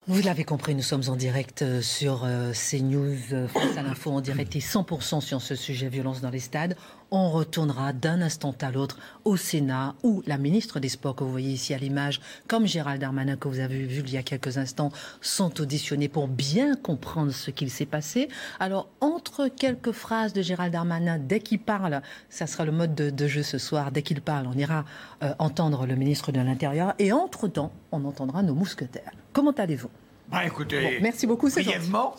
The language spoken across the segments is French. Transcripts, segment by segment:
Vous l'avez compris, nous sommes en direct sur CNews, Face à l'info en direct et 100% sur ce sujet violence dans les stades. On retournera d'un instant à l'autre au Sénat où la ministre des Sports que vous voyez ici à l'image, comme Gérald Darmanin que vous avez vu il y a quelques instants, sont auditionnés pour bien comprendre ce qu'il s'est passé. Alors, entre quelques phrases de Gérald Darmanin, dès qu'il parle, ça sera le mode de jeu ce soir, dès qu'il parle, on ira entendre le ministre de l'Intérieur et entre-temps, on entendra nos mousquetaires. Comment allez-vous ? Bah écoutez, bon, merci beaucoup, c'est brièvement.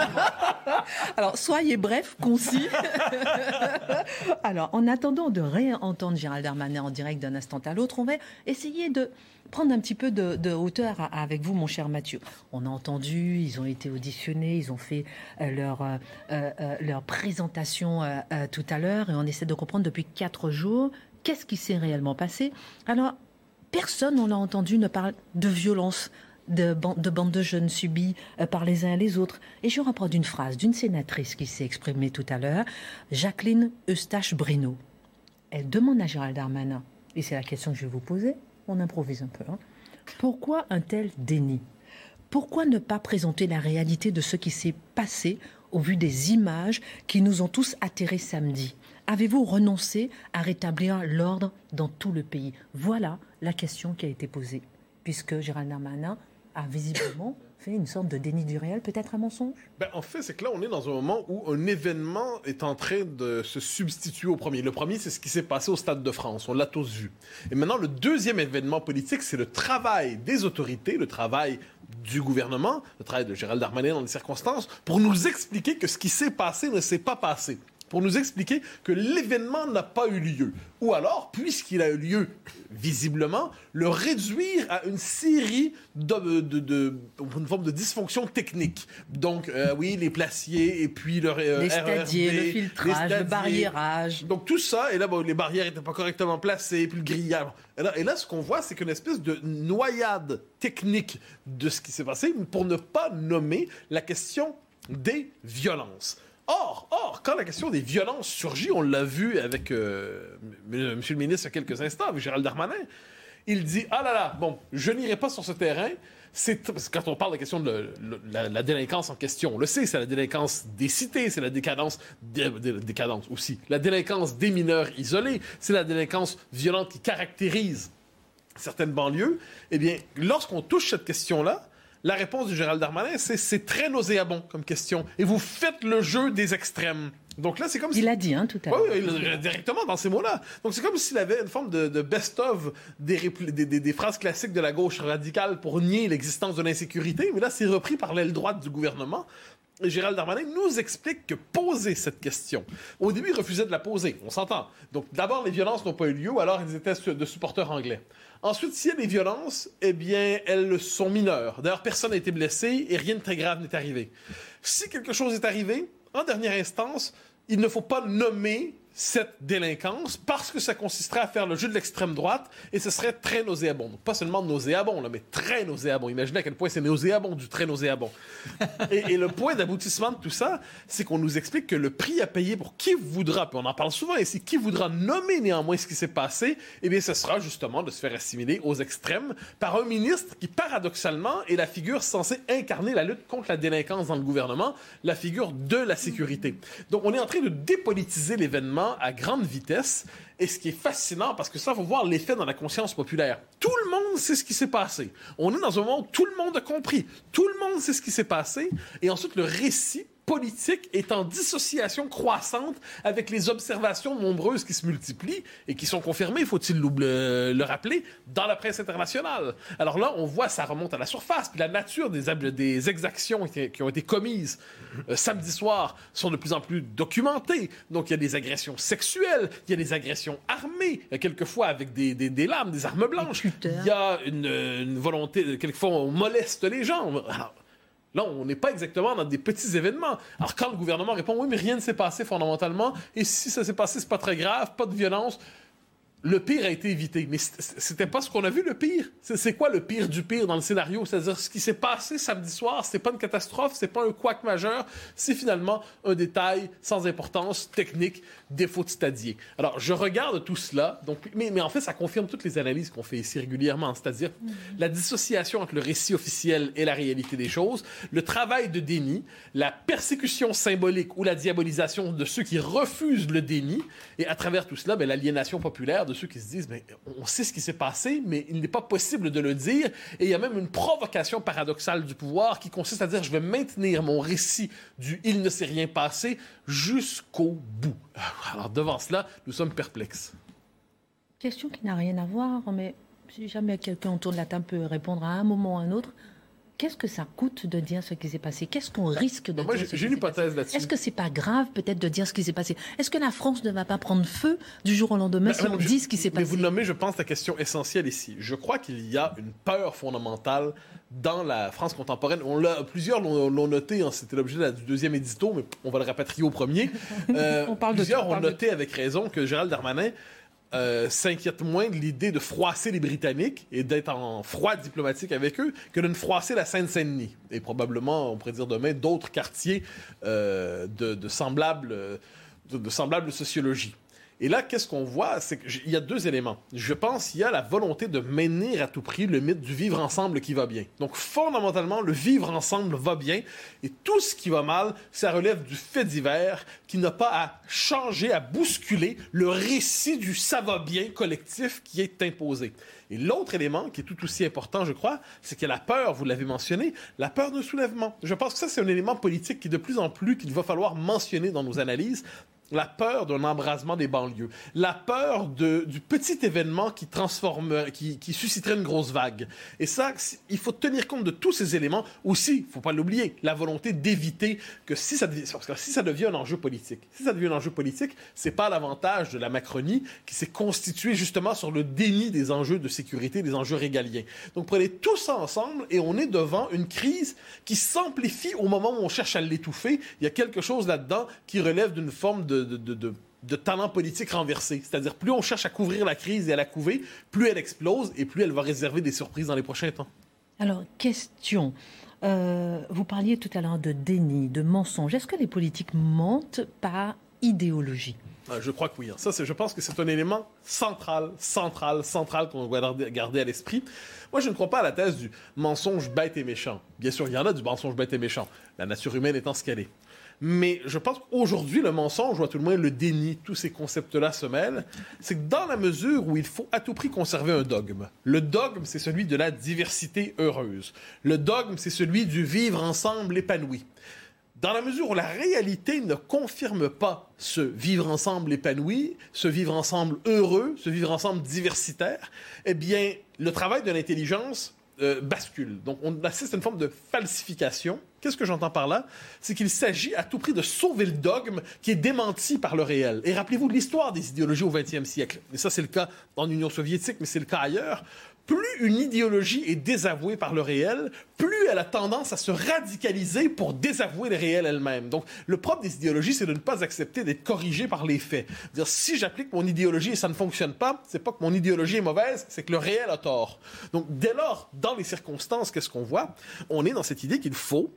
Alors, soyez bref, concis. Alors, en attendant de réentendre Gérald Darmanin en direct d'un instant à l'autre, on va essayer de prendre un petit peu de hauteur avec vous, mon cher Mathieu. On a entendu, ils ont été auditionnés, ils ont fait leur présentation tout à l'heure et on essaie de comprendre depuis 4 jours qu'est-ce qui s'est réellement passé. Alors, personne, on l'a entendu, ne parle de violence de bandes de jeunes subies par les uns et les autres. Et je reprends une phrase d'une sénatrice qui s'est exprimée tout à l'heure, Jacqueline Eustache-Brinot. Elle demande à Gérald Darmanin, et c'est la question que je vais vous poser, on improvise un peu, pourquoi un tel déni ? Pourquoi ne pas présenter la réalité de ce qui s'est passé au vu des images qui nous ont tous atterrés samedi ? Avez-vous renoncé à rétablir l'ordre dans tout le pays ? Voilà la question qui a été posée, puisque Gérald Darmanin a visiblement fait une sorte de déni du réel, peut-être un mensonge? En fait, c'est que là, on est dans un moment où un événement est en train de se substituer au premier. Le premier, c'est ce qui s'est passé au Stade de France. On l'a tous vu. Et maintenant, le deuxième événement politique, c'est le travail des autorités, le travail du gouvernement, le travail de Gérald Darmanin dans les circonstances, pour nous expliquer que ce qui s'est passé ne s'est pas passé. Pour nous expliquer que l'événement n'a pas eu lieu. Ou alors, puisqu'il a eu lieu, visiblement, le réduire à une série une forme de dysfonction technique. Donc, oui, les placiers, et puis le les stadiers, RRD, le filtrage, le barriérage. Donc, tout ça, et là, les barrières n'étaient pas correctement placées, puis le grillage. Et là, ce qu'on voit, c'est qu'une espèce de noyade technique de ce qui s'est passé pour ne pas nommer la question des violences. Or, quand la question des violences surgit, on l'a vu avec Monsieur le ministre il y a quelques instants, avec Gérald Darmanin, il dit « Ah là là, bon, je n'irai pas sur ce terrain ». Parce que quand on parle de la question de la délinquance en question, on le sait, c'est la délinquance des cités, c'est la décadence aussi, la délinquance des mineurs isolés, c'est la délinquance violente qui caractérise certaines banlieues. Eh bien, lorsqu'on touche cette question-là, la réponse du Gérald Darmanin, c'est très nauséabond comme question. Et vous faites le jeu des extrêmes. Donc là, c'est comme si... Il l'a dit, tout à l'heure. Oui, directement dans ces mots-là. Donc c'est comme s'il avait une forme de best-of des phrases classiques de la gauche radicale pour nier l'existence de l'insécurité. Mais là, c'est repris par l'aile droite du gouvernement. Et Gérald Darmanin nous explique que poser cette question, au début, il refusait de la poser, on s'entend. Donc d'abord, les violences n'ont pas eu lieu, alors ils étaient de supporters anglais. Ensuite, s'il y a des violences, eh bien, elles sont mineures. D'ailleurs, personne n'a été blessé et rien de très grave n'est arrivé. Si quelque chose est arrivé, en dernière instance, il ne faut pas nommer cette délinquance parce que ça consisterait à faire le jeu de l'extrême droite et ce serait très nauséabond. Donc, pas seulement nauséabond, là, mais très nauséabond. Imaginez à quel point c'est nauséabond, du très nauséabond. et le point d'aboutissement de tout ça, c'est qu'on nous explique que le prix à payer pour qui voudra, puis on en parle souvent ici, qui voudra nommer néanmoins ce qui s'est passé, eh bien, ce sera justement de se faire assimiler aux extrêmes par un ministre qui, paradoxalement, est la figure censée incarner la lutte contre la délinquance dans le gouvernement, la figure de la sécurité. Donc, on est en train de dépolitiser l'événement à grande vitesse. Et ce qui est fascinant, parce que ça, il faut voir l'effet dans la conscience populaire. Tout le monde sait ce qui s'est passé. On est dans un moment où tout le monde a compris. Tout le monde sait ce qui s'est passé. Et ensuite, le récit politique est en dissociation croissante avec les observations nombreuses qui se multiplient et qui sont confirmées, faut-il le rappeler, dans la presse internationale. Alors là, on voit, ça remonte à la surface, puis la nature des exactions qui ont été commises samedi soir sont de plus en plus documentées. Donc il y a des agressions sexuelles, il y a des agressions armées, quelquefois avec des lames, des armes blanches. Il y a une volonté, quelquefois on moleste les gens. Alors, là, on n'est pas exactement dans des petits événements. Alors, quand le gouvernement répond « Oui, mais rien ne s'est passé fondamentalement, et si ça s'est passé, c'est pas très grave, pas de violence », le pire a été évité. Mais c'était pas ce qu'on a vu, le pire. C'est quoi le pire du pire dans le scénario? C'est-à-dire, ce qui s'est passé samedi soir, c'est pas une catastrophe, c'est pas un couac majeur, c'est finalement un détail sans importance technique, défaut de stadier. Alors, je regarde tout cela, donc, mais en fait, ça confirme toutes les analyses qu'on fait ici régulièrement, c'est-à-dire la dissociation entre le récit officiel et la réalité des choses, le travail de déni, la persécution symbolique ou la diabolisation de ceux qui refusent le déni, et à travers tout cela, l'aliénation populaire de ceux qui se disent on sait ce qui s'est passé, mais il n'est pas possible de le dire. Et il y a même une provocation paradoxale du pouvoir qui consiste à dire je vais maintenir mon récit du il ne s'est rien passé jusqu'au bout. Alors devant cela, nous sommes perplexes. Question qui n'a rien à voir, mais si jamais quelqu'un autour de la table peut répondre à un moment ou à un autre, qu'est-ce que ça coûte de dire ce qui s'est passé? Qu'est-ce qu'on risque de dire? Moi, j'ai une hypothèse là-dessus. Est-ce que c'est pas grave peut-être de dire ce qui s'est passé? Est-ce que la France ne va pas prendre feu du jour au lendemain si on dit ce qui s'est passé? Mais vous nommez, je pense, la question essentielle ici. Je crois qu'il y a une peur fondamentale dans la France contemporaine. Plusieurs l'ont noté, c'était l'objet du deuxième édito, mais on va le rapatrier au premier. Plusieurs ont noté avec raison que Gérald Darmanin s'inquiète moins de l'idée de froisser les Britanniques et d'être en froid diplomatique avec eux que de ne froisser la Seine-Saint-Denis. Et probablement, on pourrait dire demain, d'autres quartiers de semblable sociologie. Et là, qu'est-ce qu'on voit? C'est qu'il y a deux éléments. Je pense qu'il y a la volonté de maintenir à tout prix le mythe du vivre ensemble qui va bien. Donc, fondamentalement, le vivre ensemble va bien. Et tout ce qui va mal, ça relève du fait divers qui n'a pas à changer, à bousculer le récit du ça va bien collectif qui est imposé. Et l'autre élément, qui est tout aussi important, je crois, c'est qu'il y a la peur, vous l'avez mentionné, la peur d'un soulèvement. Je pense que ça, c'est un élément politique qui, de plus en plus, qu'il va falloir mentionner dans nos analyses. La peur d'un embrasement des banlieues, la peur du petit événement qui susciterait une grosse vague. Et ça, il faut tenir compte de tous ces éléments. Aussi, il ne faut pas l'oublier, la volonté d'éviter que si ça devient un enjeu politique, c'est pas l'avantage de la Macronie qui s'est constituée justement sur le déni des enjeux de sécurité, des enjeux régaliens. Donc prenez tout ça ensemble et on est devant une crise qui s'amplifie au moment où on cherche à l'étouffer. Il y a quelque chose là-dedans qui relève d'une forme de talent politique renversé. C'est-à-dire, plus on cherche à couvrir la crise et à la couver, plus elle explose et plus elle va réserver des surprises dans les prochains temps. Alors, question. Vous parliez tout à l'heure de déni, de mensonge. Est-ce que les politiques mentent par idéologie? Je crois que oui. Je pense que c'est un élément central qu'on doit garder à l'esprit. Moi, je ne crois pas à la thèse du mensonge bête et méchant. Bien sûr, il y en a du mensonge bête et méchant, la nature humaine étant ce qu'elle est. Mais je pense qu'aujourd'hui, le mensonge, ou à tout le moins le déni, tous ces concepts-là se mêlent, c'est que dans la mesure où il faut à tout prix conserver un dogme, le dogme, c'est celui de la diversité heureuse. Le dogme, c'est celui du vivre ensemble épanoui. Dans la mesure où la réalité ne confirme pas ce vivre ensemble épanoui, ce vivre ensemble heureux, ce vivre ensemble diversitaire, eh bien, le travail de l'intelligence bascule. Donc, on assiste à une forme de falsification. Qu'est-ce que j'entends par là? C'est qu'il s'agit à tout prix de sauver le dogme qui est démenti par le réel. Et rappelez-vous de l'histoire des idéologies au XXe siècle. Et ça, c'est le cas en Union soviétique, mais c'est le cas ailleurs. Plus une idéologie est désavouée par le réel, plus elle a tendance à se radicaliser pour désavouer le réel elle-même. Donc, le propre des idéologies, c'est de ne pas accepter d'être corrigé par les faits. Dire, si j'applique mon idéologie et ça ne fonctionne pas, c'est pas que mon idéologie est mauvaise, c'est que le réel a tort. Donc, dès lors, dans les circonstances, qu'est-ce qu'on voit? On est dans cette idée qu'il faut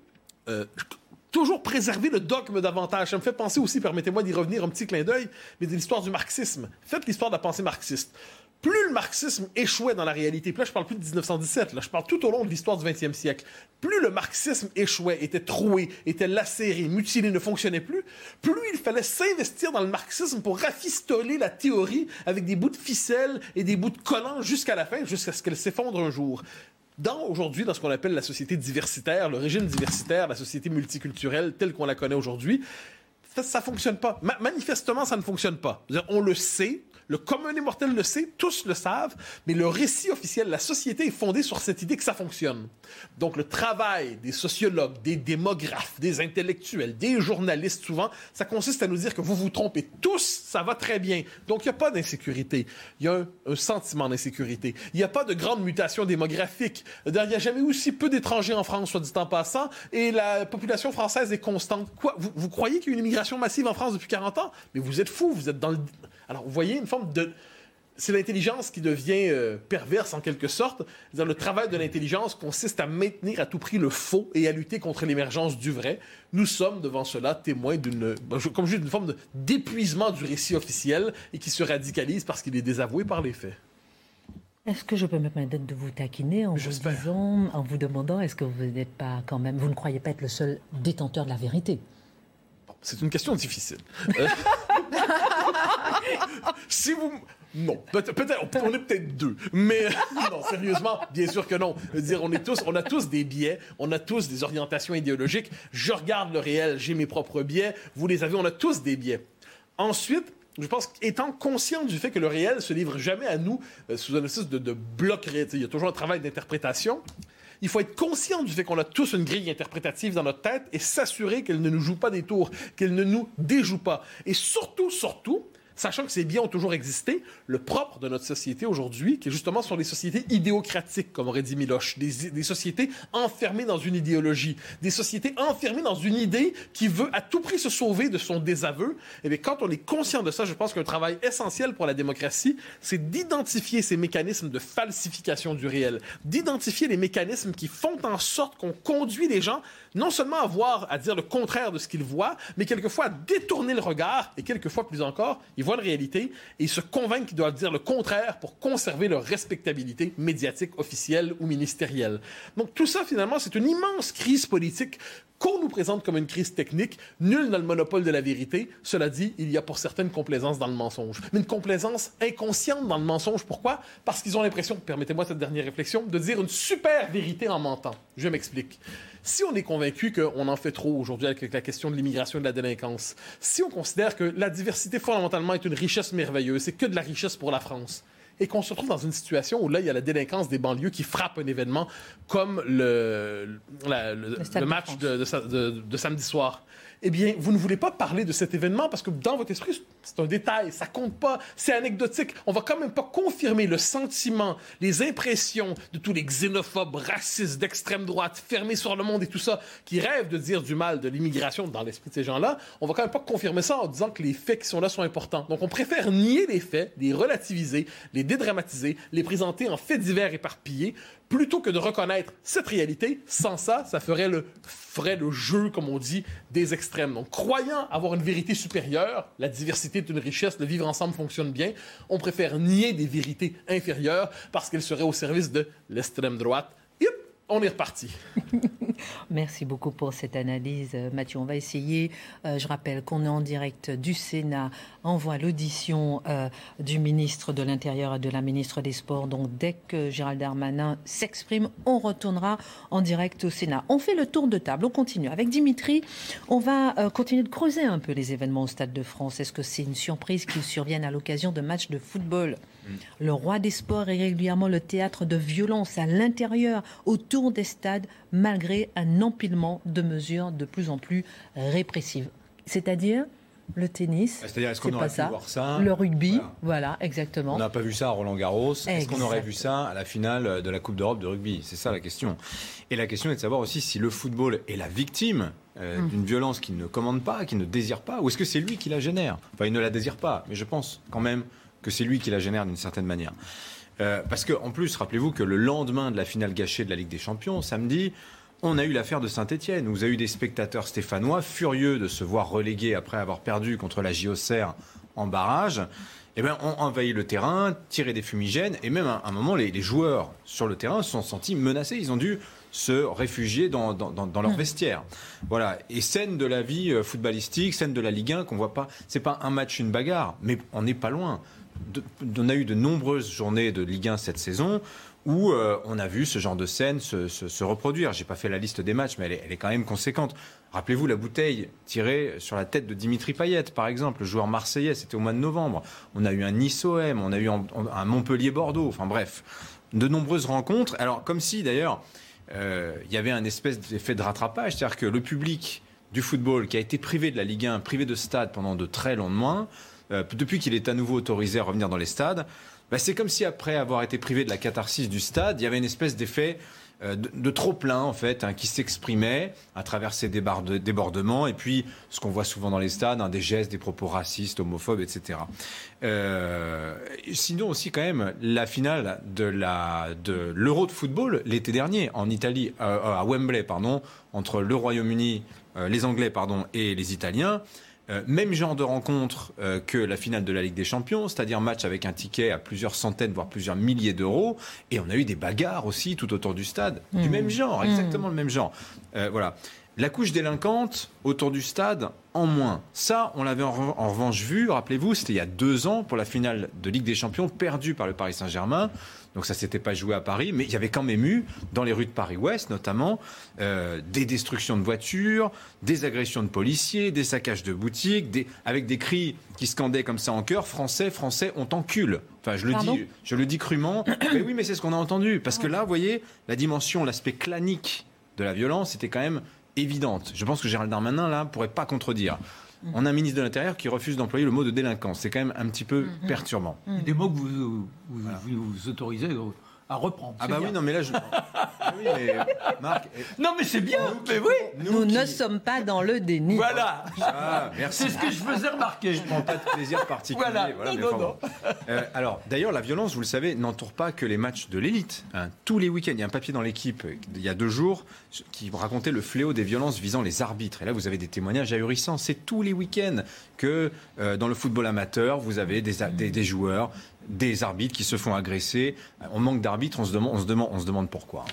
toujours préserver le dogme davantage. Ça me fait penser aussi, permettez-moi d'y revenir un petit clin d'œil, mais de l'histoire du marxisme. Faites l'histoire de la pensée marxiste. Plus le marxisme échouait dans la réalité, puis là je parle plus de 1917, là je parle tout au long de l'histoire du 20e siècle, plus le marxisme échouait, était troué, était lacéré, mutilé, ne fonctionnait plus il fallait s'investir dans le marxisme pour rafistoler la théorie avec des bouts de ficelle et des bouts de collants jusqu'à la fin, jusqu'à ce qu'elle s'effondre un jour. Aujourd'hui, dans ce qu'on appelle la société diversitaire, le régime diversitaire, la société multiculturelle telle qu'on la connaît aujourd'hui, ça fonctionne pas. Manifestement, ça ne fonctionne pas. On le sait, le commun des mortels le sait, tous le savent, mais le récit officiel, la société est fondée sur cette idée que ça fonctionne. Donc le travail des sociologues, des démographes, des intellectuels, des journalistes souvent, ça consiste à nous dire que vous vous trompez tous, ça va très bien. Donc il n'y a pas d'insécurité, il y a un sentiment d'insécurité. Il n'y a pas de grande mutation démographique. Il n'y a jamais eu si peu d'étrangers en France, soit dit en passant, et la population française est constante. Quoi? Vous croyez qu'il y a eu une immigration massive en France depuis 40 ans? Mais vous êtes fous, vous êtes dans le... Alors, vous voyez une forme c'est l'intelligence qui devient perverse en quelque sorte. C'est-à-dire, le travail de l'intelligence consiste à maintenir à tout prix le faux et à lutter contre l'émergence du vrai. Nous sommes devant cela témoins d'une forme d'épuisement du récit officiel et qui se radicalise parce qu'il est désavoué par les faits. Est-ce que je peux me permettre de vous taquiner en vous demandant, est-ce que vous n'êtes pas quand même, vous ne croyez pas être le seul détenteur de la vérité? C'est une question difficile. Si vous... Non, peut-être, on est peut-être deux. Mais non, sérieusement, bien sûr que non. Je veux dire, on a tous des biais, on a tous des orientations idéologiques. Je regarde le réel, j'ai mes propres biais, vous les avez, on a tous des biais. Ensuite, je pense qu'étant conscient du fait que le réel se livre jamais à nous sous un espèce de bloc réel, il y a toujours un travail d'interprétation. Il faut être conscient du fait qu'on a tous une grille interprétative dans notre tête et s'assurer qu'elle ne nous joue pas des tours, qu'elle ne nous déjoue pas. Et surtout, sachant que ces biais ont toujours existé, le propre de notre société aujourd'hui, qui est justement sur les sociétés idéocratiques, comme aurait dit Miloche, des sociétés enfermées dans une idéologie, des sociétés enfermées dans une idée qui veut à tout prix se sauver de son désaveu, et bien quand on est conscient de ça, je pense qu'un travail essentiel pour la démocratie, c'est d'identifier ces mécanismes de falsification du réel, d'identifier les mécanismes qui font en sorte qu'on conduit les gens non seulement à dire le contraire de ce qu'ils voient, mais quelquefois à détourner le regard, et quelquefois plus encore, ils voient une réalité et ils se convainquent qu'ils doivent dire le contraire pour conserver leur respectabilité médiatique, officielle ou ministérielle. Donc tout ça, finalement, c'est une immense crise politique qu'on nous présente comme une crise technique. Nul n'a le monopole de la vérité. Cela dit, il y a pour certaines complaisance dans le mensonge. Mais une complaisance inconsciente dans le mensonge. Pourquoi? Parce qu'ils ont l'impression, permettez-moi cette dernière réflexion, de dire une super vérité en mentant. Je m'explique. Si on est convaincu qu'on en fait trop aujourd'hui avec la question de l'immigration et de la délinquance, si on considère que la diversité fondamentalement est une richesse merveilleuse, c'est que de la richesse pour la France, et qu'on se retrouve dans une situation où là, il y a la délinquance des banlieues qui frappe un événement comme le match de samedi soir, eh bien, vous ne voulez pas parler de cet événement parce que dans votre esprit, c'est un détail, ça compte pas, c'est anecdotique. On va quand même pas confirmer le sentiment, les impressions de tous les xénophobes, racistes, d'extrême droite, fermés sur le monde et tout ça, qui rêvent de dire du mal de l'immigration dans l'esprit de ces gens-là. On va quand même pas confirmer ça en disant que les faits qui sont là sont importants. Donc, on préfère nier les faits, les relativiser, les dédramatiser, les présenter en faits divers éparpillés, plutôt que de reconnaître cette réalité. Sans ça, ça ferait le jeu, comme on dit, des extrêmes. Donc, croyant avoir une vérité supérieure, la diversité est une richesse, le vivre ensemble fonctionne bien, on préfère nier des vérités inférieures parce qu'elles seraient au service de l'extrême droite. On est reparti. Merci beaucoup pour cette analyse, Mathieu. On va essayer. Je rappelle qu'on est en direct du Sénat. On voit l'audition du ministre de l'Intérieur et de la ministre des Sports. Donc, dès que Gérald Darmanin s'exprime, on retournera en direct au Sénat. On fait le tour de table. On continue. Avec Dimitri, on va continuer de creuser un peu les événements au Stade de France. Est-ce que c'est une surprise qu'ils surviennent à l'occasion de matchs de football? Le roi des sports est régulièrement le théâtre de violences à l'intérieur, autour des stades, malgré un empilement de mesures de plus en plus répressives. C'est-à-dire le tennis, c'est-à-dire, est-ce qu'on aurait pu voir ça? Le rugby, voilà, exactement. On n'a pas vu ça à Roland-Garros. Est-ce qu'on aurait vu ça à la finale de la Coupe d'Europe de rugby? C'est ça la question. Et la question est de savoir aussi si le football est la victime d'une violence qu'il ne commande pas, qu'il ne désire pas, ou est-ce que c'est lui qui la génère? Enfin, il ne la désire pas, mais je pense quand même que c'est lui qui la génère d'une certaine manière. Parce qu'en plus, rappelez-vous que le lendemain de la finale gâchée de la Ligue des Champions, samedi, on a eu l'affaire de Saint-Étienne. Vous avez eu des spectateurs stéphanois furieux de se voir relégués après avoir perdu contre la JOCR en barrage. Eh bien, ont envahi le terrain, tiré des fumigènes, et même à un moment, les joueurs sur le terrain se sont sentis menacés. Ils ont dû se réfugier dans leur vestiaire. Voilà. Et scène de la vie footballistique, scène de la Ligue 1 qu'on voit pas. C'est pas un match, une bagarre, mais on n'est pas loin. On a eu de nombreuses journées de Ligue 1 cette saison où on a vu ce genre de scène se reproduire. J'ai pas fait la liste des matchs, mais elle est quand même conséquente. Rappelez-vous la bouteille tirée sur la tête de Dimitri Payet, par exemple, le joueur marseillais, c'était au mois de novembre. On a eu un Nice-OM, on a eu un Montpellier-Bordeaux, enfin bref, de nombreuses rencontres. Alors, comme si d'ailleurs, il y avait un espèce d'effet de rattrapage, c'est-à-dire que le public du football qui a été privé de la Ligue 1, privé de stade pendant de très longs mois, depuis qu'il est à nouveau autorisé à revenir dans les stades, c'est comme si après avoir été privé de la catharsis du stade, il y avait une espèce d'effet de trop-plein, en fait, qui s'exprimait à travers ces débordements, et puis ce qu'on voit souvent dans les stades, des gestes, des propos racistes, homophobes, etc. Sinon aussi, quand même, la finale de l'Euro de football l'été dernier, en Italie, à Wembley, entre le Royaume-Uni, les Anglais, et les Italiens, même genre de rencontre que la finale de la Ligue des Champions, c'est-à-dire match avec un ticket à plusieurs centaines, voire plusieurs milliers d'euros. Et on a eu des bagarres aussi tout autour du stade, du même genre, exactement le même genre. Voilà. La couche délinquante autour du stade, en moins. Ça, on l'avait en revanche vu, rappelez-vous, c'était il y a 2 ans pour la finale de Ligue des Champions, perdue par le Paris Saint-Germain. Donc ça ne s'était pas joué à Paris, mais il y avait quand même eu, dans les rues de Paris-Ouest notamment, des destructions de voitures, des agressions de policiers, des saccages de boutiques, avec des cris qui scandaient comme ça en chœur, Français, on t'encule. Enfin, je le dis crûment, mais oui, mais c'est ce qu'on a entendu. Parce que là, vous voyez, la dimension, l'aspect clanique de la violence était quand même évidente. Je pense que Gérald Darmanin, là, ne pourrait pas contredire. On a un ministre de l'Intérieur qui refuse d'employer le mot de délinquance. C'est quand même un petit peu perturbant. Des mots que vous autorisez à reprendre. Ah bah oui, non mais là oui, mais Marc... Non mais c'est bien, mais oui. Nous ne sommes pas dans le déni. Voilà. Merci. C'est ce que je faisais remarquer. Je prends pas de plaisir particulier. Voilà. Non. Alors, d'ailleurs, la violence, vous le savez, n'entoure pas que les matchs de l'élite. Tous les week-ends, il y a un papier dans l'Équipe, il y a 2 jours, qui racontait le fléau des violences visant les arbitres. Et là, vous avez des témoignages ahurissants. C'est tous les week-ends que dans le football amateur, vous avez des joueurs, des arbitres qui se font agresser. On manque d'arbitres, on se demande pourquoi.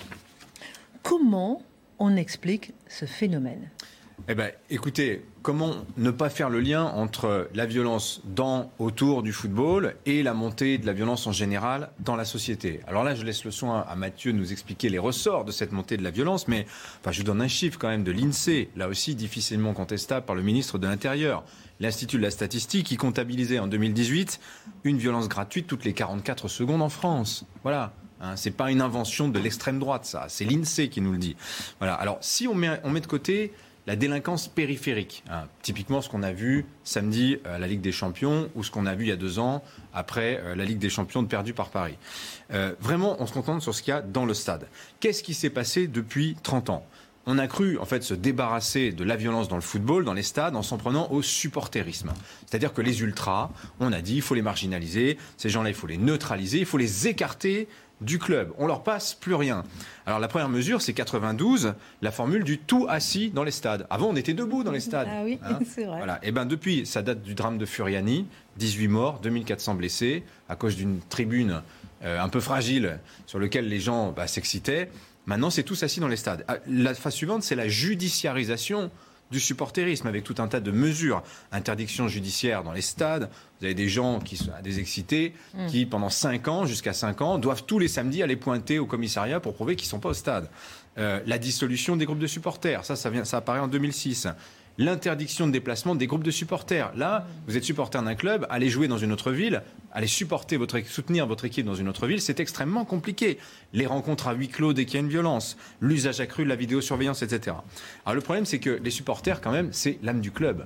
Comment on explique ce phénomène ? Eh bien, écoutez, comment ne pas faire le lien entre la violence autour du football et la montée de la violence en général dans la société ? Alors là, je laisse le soin à Mathieu de nous expliquer les ressorts de cette montée de la violence, mais je vous donne un chiffre quand même de l'INSEE, là aussi difficilement contestable par le ministre de l'Intérieur. L'Institut de la statistique qui comptabilisait en 2018 une violence gratuite toutes les 44 secondes en France. Voilà. C'est pas une invention de l'extrême droite, ça. C'est l'INSEE qui nous le dit. Voilà. Alors, si on met de côté la délinquance périphérique, typiquement ce qu'on a vu samedi à la Ligue des Champions ou ce qu'on a vu il y a 2 ans après la Ligue des Champions perdue par Paris. Vraiment, on se contente sur ce qu'il y a dans le stade. Qu'est-ce qui s'est passé depuis 30 ans ? On a cru en fait se débarrasser de la violence dans le football, dans les stades, en s'en prenant au supporterisme. C'est-à-dire que les ultras, on a dit, il faut les marginaliser, ces gens-là, il faut les neutraliser, il faut les écarter du club. On leur passe plus rien. Alors la première mesure, c'est 92, la formule du tout assis dans les stades. Avant, on était debout dans les stades. Ah oui, c'est vrai. Voilà. Et depuis, ça date du drame de Furiani, 18 morts, 2400 blessés, à cause d'une tribune un peu fragile sur laquelle les gens s'excitaient. Maintenant, c'est tous assis dans les stades. La phase suivante, c'est la judiciarisation du supporterisme, avec tout un tas de mesures. Interdiction judiciaire dans les stades. Vous avez des gens qui sont des excités, qui, pendant 5 ans, jusqu'à 5 ans, doivent tous les samedis aller pointer au commissariat pour prouver qu'ils ne sont pas au stade. La dissolution des groupes de supporters, ça apparaît en 2006. L'interdiction de déplacement des groupes de supporters. Là, vous êtes supporter d'un club, allez jouer dans une autre ville, allez soutenir votre équipe dans une autre ville, c'est extrêmement compliqué. Les rencontres à huis clos dès qu'il y a une violence, l'usage accru de la vidéosurveillance, etc. Alors le problème, c'est que les supporters, quand même, c'est l'âme du club.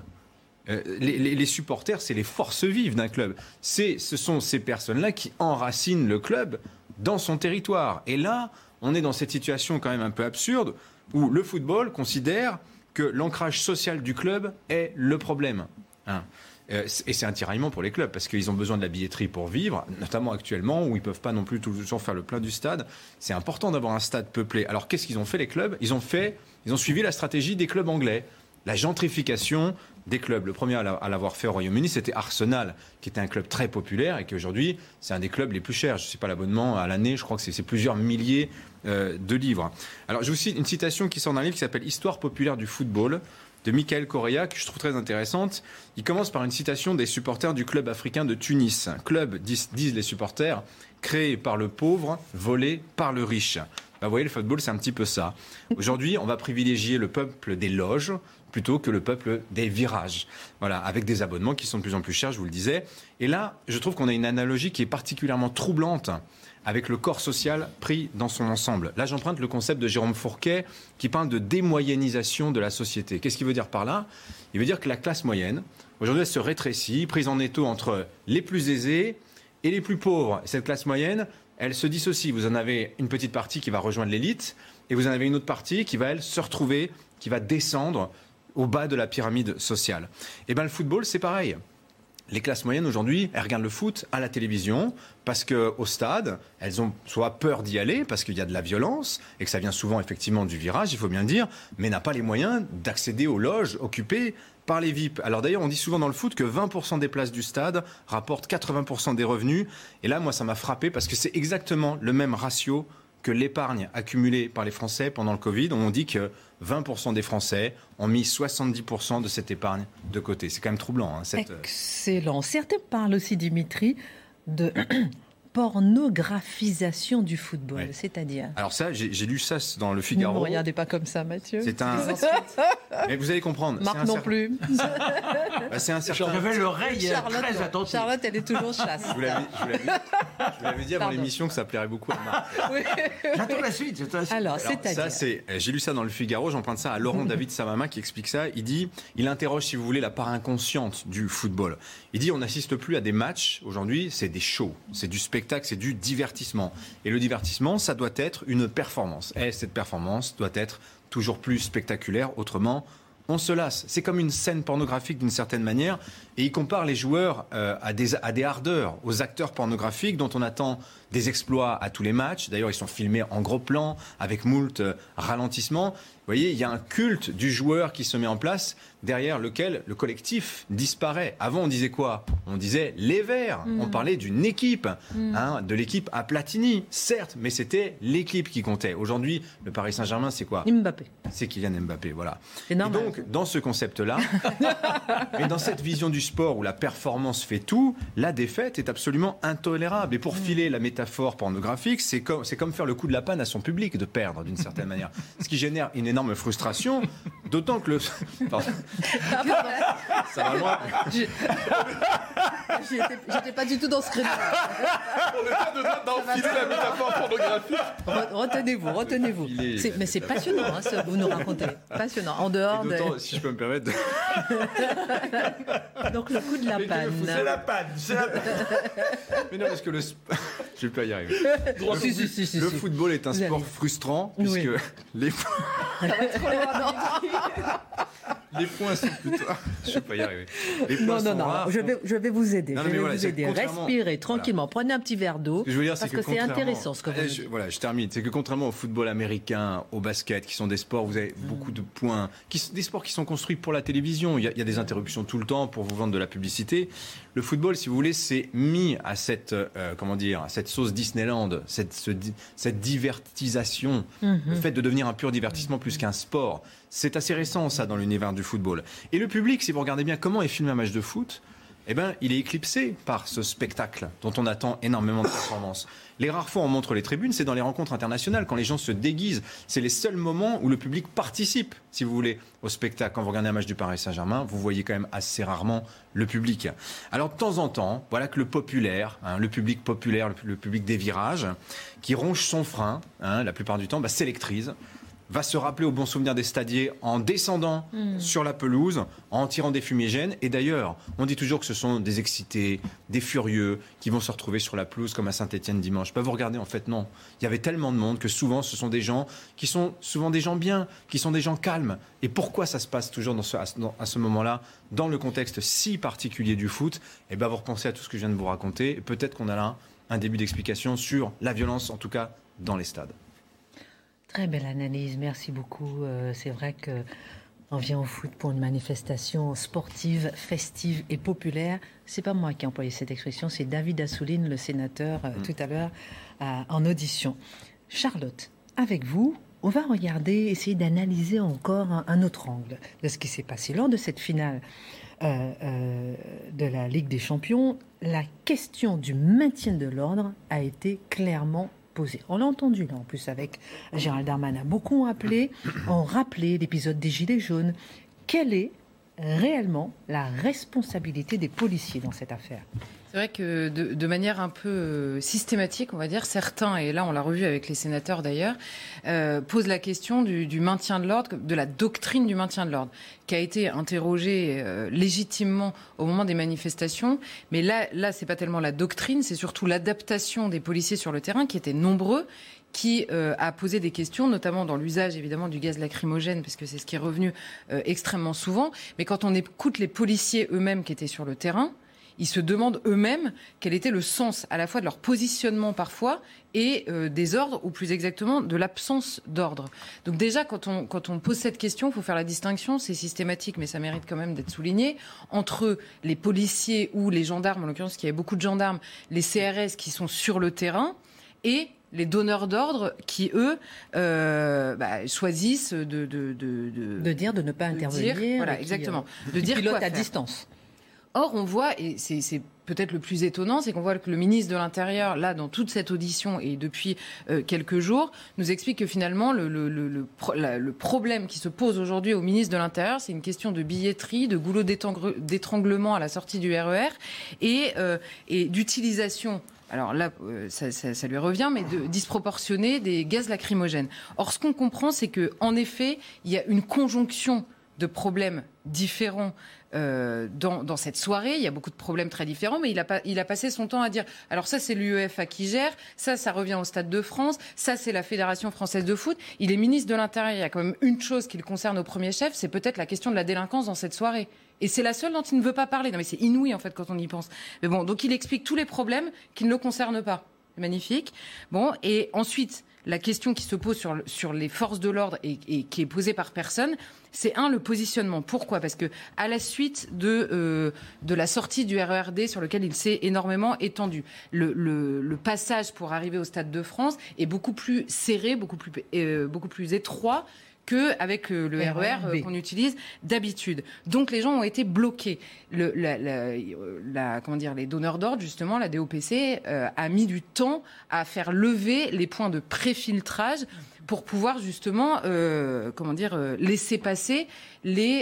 Les supporters, c'est les forces vives d'un club. Ce sont ces personnes-là qui enracinent le club dans son territoire. Et là, on est dans cette situation quand même un peu absurde où le football considère que l'ancrage social du club est le problème. Et c'est un tiraillement pour les clubs, parce qu'ils ont besoin de la billetterie pour vivre, notamment actuellement, où ils ne peuvent pas non plus toujours faire le plein du stade. C'est important d'avoir un stade peuplé. Alors qu'est-ce qu'ils ont fait, les clubs ? Ils ont suivi la stratégie des clubs anglais. La gentrification des clubs. Le premier à l'avoir fait au Royaume-Uni, c'était Arsenal, qui était un club très populaire et qui aujourd'hui, c'est un des clubs les plus chers. Je ne sais pas l'abonnement à l'année, je crois que c'est plusieurs milliers de livres. Alors, j'ai aussi une citation qui sort d'un livre qui s'appelle « Histoire populaire du football » de Michael Correa, que je trouve très intéressante. Il commence par une citation des supporters du club africain de Tunis. Club, disent les supporters, créé par le pauvre, volé par le riche. Vous voyez, le football, c'est un petit peu ça. Aujourd'hui, on va privilégier le peuple des loges plutôt que le peuple des virages. Voilà, avec des abonnements qui sont de plus en plus chers, je vous le disais. Et là, je trouve qu'on a une analogie qui est particulièrement troublante avec le corps social pris dans son ensemble. Là, j'emprunte le concept de Jérôme Fourquet qui parle de démoyennisation de la société. Qu'est-ce qu'il veut dire par là ? Il veut dire que la classe moyenne, aujourd'hui, elle se rétrécit, prise en étau entre les plus aisés et les plus pauvres. Et cette classe moyenne elle se dissocie. Vous en avez une petite partie qui va rejoindre l'élite et vous en avez une autre partie qui va, elle, se retrouver, qui va descendre au bas de la pyramide sociale. Et bien, le football, c'est pareil. Les classes moyennes, aujourd'hui, elles regardent le foot à la télévision parce qu'au stade, elles ont soit peur d'y aller parce qu'il y a de la violence et que ça vient souvent, effectivement, du virage, il faut bien le dire, mais n'a pas les moyens d'accéder aux loges occupées par les VIP. Alors d'ailleurs, on dit souvent dans le foot que 20% des places du stade rapportent 80% des revenus. Et là, moi, ça m'a frappé parce que c'est exactement le même ratio que l'épargne accumulée par les Français pendant le Covid. On dit que 20% des Français ont mis 70% de cette épargne de côté. C'est quand même troublant. Excellent. Certains parlent aussi, Dimitri, de pornographisation du football, ouais. C'est-à-dire... Alors ça, j'ai lu ça dans le Figaro. Ne me regardez pas comme ça, Mathieu. C'est un... Mais vous allez comprendre. Marc non plus. C'est un certain... J'avais l'oreille très attentive. Charlotte, elle est toujours chasse. Je vous l'avais dit avant l'émission que ça plairait beaucoup à Marc. Oui. J'attends la suite. Alors, c'est-à-dire... J'ai lu ça dans le Figaro, j'emprunte ça à Laurent David Samama qui explique ça. Il interroge, si vous voulez, la part inconsciente du football. Il dit, on n'assiste plus à des matchs. Aujourd'hui, c'est des shows, c'est du spectacle, c'est du divertissement. Et le divertissement, ça doit être une performance. Et cette performance doit être toujours plus spectaculaire. Autrement, on se lasse. C'est comme une scène pornographique d'une certaine manière. Et il compare les joueurs à des hardeurs, aux acteurs pornographiques dont on attend des exploits à tous les matchs. D'ailleurs, ils sont filmés en gros plan, avec moult ralentissements. Vous voyez, il y a un culte du joueur qui se met en place, derrière lequel le collectif disparaît. Avant, on disait quoi ? On disait les Verts. On parlait d'une équipe, de l'équipe à Platini, certes, mais c'était l'équipe qui comptait. Aujourd'hui, le Paris Saint-Germain, c'est quoi ? Mbappé. C'est Kylian Mbappé, voilà. C'est normal. Et donc, dans ce concept-là, et dans cette vision du sport où la performance fait tout, la défaite est absolument intolérable. Et pour filer la métaphore pornographique, c'est comme faire le coup de la panne à son public, de perdre d'une certaine manière. Ce qui génère une énorme frustration, d'autant que le... Pardon. Ça va loin. J'étais pas du tout dans ce créneau. On est pas d'enfiler la métaphore pornographique. Retenez-vous. Mais c'est passionnant, ce que vous nous racontez. Passionnant. En dehors de... Si je peux me permettre... Donc le coup de la panne. C'est la panne. Mais non, parce que je vais pas y arriver. Le football est un sport frustrant, puisque les points sont plutôt... Je vais pas y arriver. Non, je vais vous aider. Respirez tranquillement. Voilà. Prenez un petit verre d'eau. Ce que je veux dire, parce que c'est intéressant ce que vous dites. Voilà, je termine. C'est que contrairement au football américain, au basket, qui sont des sports où vous avez beaucoup de points, des sports qui sont construits pour la télévision. Il y a des interruptions tout le temps pour vous vendre de la publicité. Le football, si vous voulez, c'est mis à cette sauce Disneyland, cette divertisation, le fait de devenir un pur divertissement plus qu'un sport. C'est assez récent, ça, dans l'univers du football. Et le public, si vous regardez bien comment est filmé un match de foot, il est éclipsé par ce spectacle dont on attend énormément de performances. Les rares fois où on montre les tribunes, c'est dans les rencontres internationales, quand les gens se déguisent. C'est les seuls moments où le public participe, si vous voulez, au spectacle. Quand vous regardez un match du Paris Saint-Germain, vous voyez quand même assez rarement le public. Alors, de temps en temps, voilà que le populaire, le public populaire, le public des virages, qui ronge son frein, la plupart du temps, s'électrise, va se rappeler au bon souvenir des stadiers en descendant sur la pelouse, en tirant des fumigènes. Et d'ailleurs, on dit toujours que ce sont des excités, des furieux, qui vont se retrouver sur la pelouse comme à Saint-Étienne dimanche. Vous regardez, en fait, non. Il y avait tellement de monde que souvent, ce sont des gens qui sont souvent des gens bien, qui sont des gens calmes. Et pourquoi ça se passe toujours à ce moment-là, dans le contexte si particulier du foot ? Vous repensez à tout ce que je viens de vous raconter. Et peut-être qu'on a là un début d'explication sur la violence, en tout cas, dans les stades. Très belle analyse, merci beaucoup. C'est vrai qu'on vient au foot pour une manifestation sportive, festive et populaire. C'est pas moi qui ai employé cette expression, c'est David Assouline, le sénateur, tout à l'heure, en audition. Charlotte, avec vous, on va essayer d'analyser encore un autre angle de ce qui s'est passé lors de cette finale de la Ligue des Champions. La question du maintien de l'ordre a été clairement posée. On l'a entendu là en plus avec Gérald Darmanin. Beaucoup ont rappelé l'épisode des Gilets jaunes. Quelle est réellement la responsabilité des policiers dans cette affaire ? C'est vrai que de manière un peu systématique, on va dire, certains, et là on l'a revu avec les sénateurs d'ailleurs, posent la question du maintien de l'ordre, de la doctrine du maintien de l'ordre, qui a été interrogée légitimement au moment des manifestations. Mais là, c'est pas tellement la doctrine, c'est surtout l'adaptation des policiers sur le terrain, qui étaient nombreux, qui a posé des questions, notamment dans l'usage évidemment du gaz lacrymogène, parce que c'est ce qui est revenu extrêmement souvent. Mais quand on écoute les policiers eux-mêmes qui étaient sur le terrain, ils se demandent eux-mêmes quel était le sens à la fois de leur positionnement parfois et des ordres, ou plus exactement de l'absence d'ordre. Donc déjà, quand on pose cette question, il faut faire la distinction, c'est systématique, mais ça mérite quand même d'être souligné, entre les policiers ou les gendarmes, en l'occurrence, parce qu'il y a beaucoup de gendarmes, les CRS qui sont sur le terrain, et les donneurs d'ordre qui, eux, choisissent de dire de ne pas intervenir. Voilà, exactement. De dire quoi à faire. Distance. Or, on voit, et c'est peut-être le plus étonnant, c'est qu'on voit que le ministre de l'Intérieur, là, dans toute cette audition et depuis quelques jours, nous explique que finalement, le problème qui se pose aujourd'hui au ministre de l'Intérieur, c'est une question de billetterie, de goulot d'étranglement à la sortie du RER et d'utilisation. Alors là, ça lui revient, mais disproportionner des gaz lacrymogènes. Or, ce qu'on comprend, c'est qu'en effet, il y a une conjonction de problèmes différents dans cette soirée. Il y a beaucoup de problèmes très différents, mais il a passé son temps à dire alors ça c'est l'UEFA qui gère, ça revient au Stade de France, ça c'est la Fédération française de foot. Il est ministre de l'Intérieur, il y a quand même une chose qui le concerne au premier chef, c'est peut-être la question de la délinquance dans cette soirée. Et c'est la seule dont il ne veut pas parler. Non mais c'est inouï en fait quand on y pense. Mais bon, donc il explique tous les problèmes qui ne le concernent pas. C'est magnifique. Bon, et ensuite, la question qui se pose sur les forces de l'ordre et qui est posée par personne, c'est le positionnement. Pourquoi ? Parce que à la suite de la sortie du RERD sur lequel il s'est énormément étendu, le passage pour arriver au Stade de France est beaucoup plus serré, beaucoup plus étroit qu'avec le RER qu'on utilise d'habitude. Donc les gens ont été bloqués. Les donneurs d'ordre, justement, la DOPC, a mis du temps à faire lever les points de préfiltrage pour pouvoir justement laisser passer les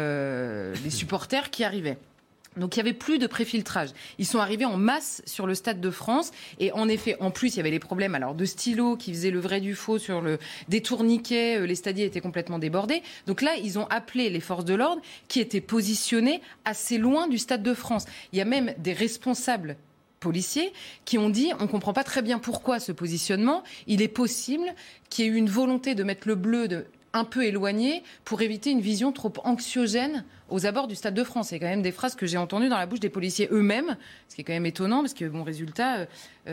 supporters qui arrivaient. Donc il y avait plus de préfiltrage. Ils sont arrivés en masse sur le Stade de France et en effet, en plus, il y avait les problèmes alors de stylos qui faisaient le vrai du faux sur des tourniquets, les stadiers étaient complètement débordés. Donc là, ils ont appelé les forces de l'ordre qui étaient positionnées assez loin du Stade de France. Il y a même des responsables policiers qui ont dit on ne comprend pas très bien pourquoi ce positionnement. Il est possible qu'il y ait eu une volonté de mettre le bleu un peu éloigné pour éviter une vision trop anxiogène aux abords du Stade de France. C'est quand même des phrases que j'ai entendues dans la bouche des policiers eux-mêmes, ce qui est quand même étonnant, parce que, bon, résultat,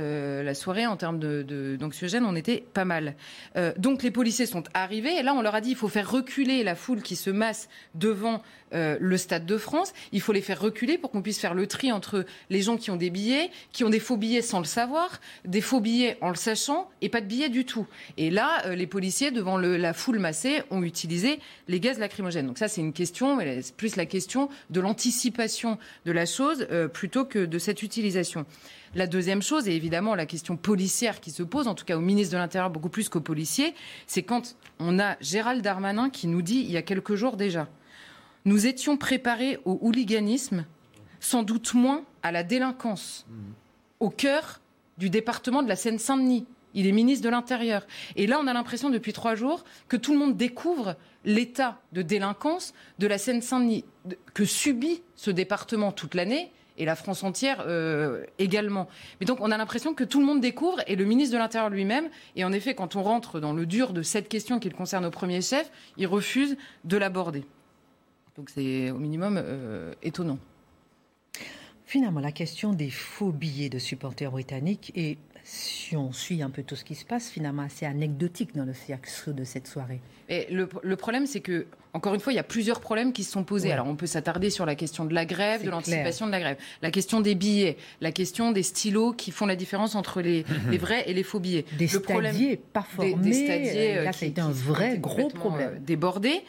la soirée, en termes d'anxiogène, on était pas mal. Donc, les policiers sont arrivés, et là, on leur a dit, il faut faire reculer la foule qui se masse devant le Stade de France. Il faut les faire reculer pour qu'on puisse faire le tri entre les gens qui ont des billets, qui ont des faux billets sans le savoir, des faux billets en le sachant, et pas de billets du tout. Et là, les policiers, devant la foule massée, ont utilisé les gaz lacrymogènes. Donc ça, c'est une question, mais c'est plus la question de l'anticipation de la chose plutôt que de cette utilisation. La deuxième chose, et évidemment la question policière qui se pose, en tout cas au ministre de l'Intérieur beaucoup plus qu'aux policiers, c'est quand on a Gérald Darmanin qui nous dit, il y a quelques jours déjà, nous étions préparés au hooliganisme, sans doute moins à la délinquance, au cœur du département de la Seine-Saint-Denis. Il est ministre de l'Intérieur. Et là, on a l'impression depuis 3 jours que tout le monde découvre l'état de délinquance de la Seine-Saint-Denis que subit ce département toute l'année et la France entière également. Mais donc, on a l'impression que tout le monde découvre et le ministre de l'Intérieur lui-même. Et en effet, quand on rentre dans le dur de cette question qui le concerne au premier chef, il refuse de l'aborder. Donc, c'est au minimum étonnant. Finalement, la question des faux billets de supporters britanniques est, si on suit un peu tout ce qui se passe, finalement assez anecdotique dans le cercle de cette soirée. Et le problème, c'est que, encore une fois, il y a plusieurs problèmes qui se sont posés. Ouais. Alors, on peut s'attarder sur la question de la grève, de l'anticipation de la grève, la question des billets, la question des stylos qui font la différence entre les vrais et les faux billets. Des stadiers pas formés, des stadiers là, ça a été un vrai gros problème. Débordés.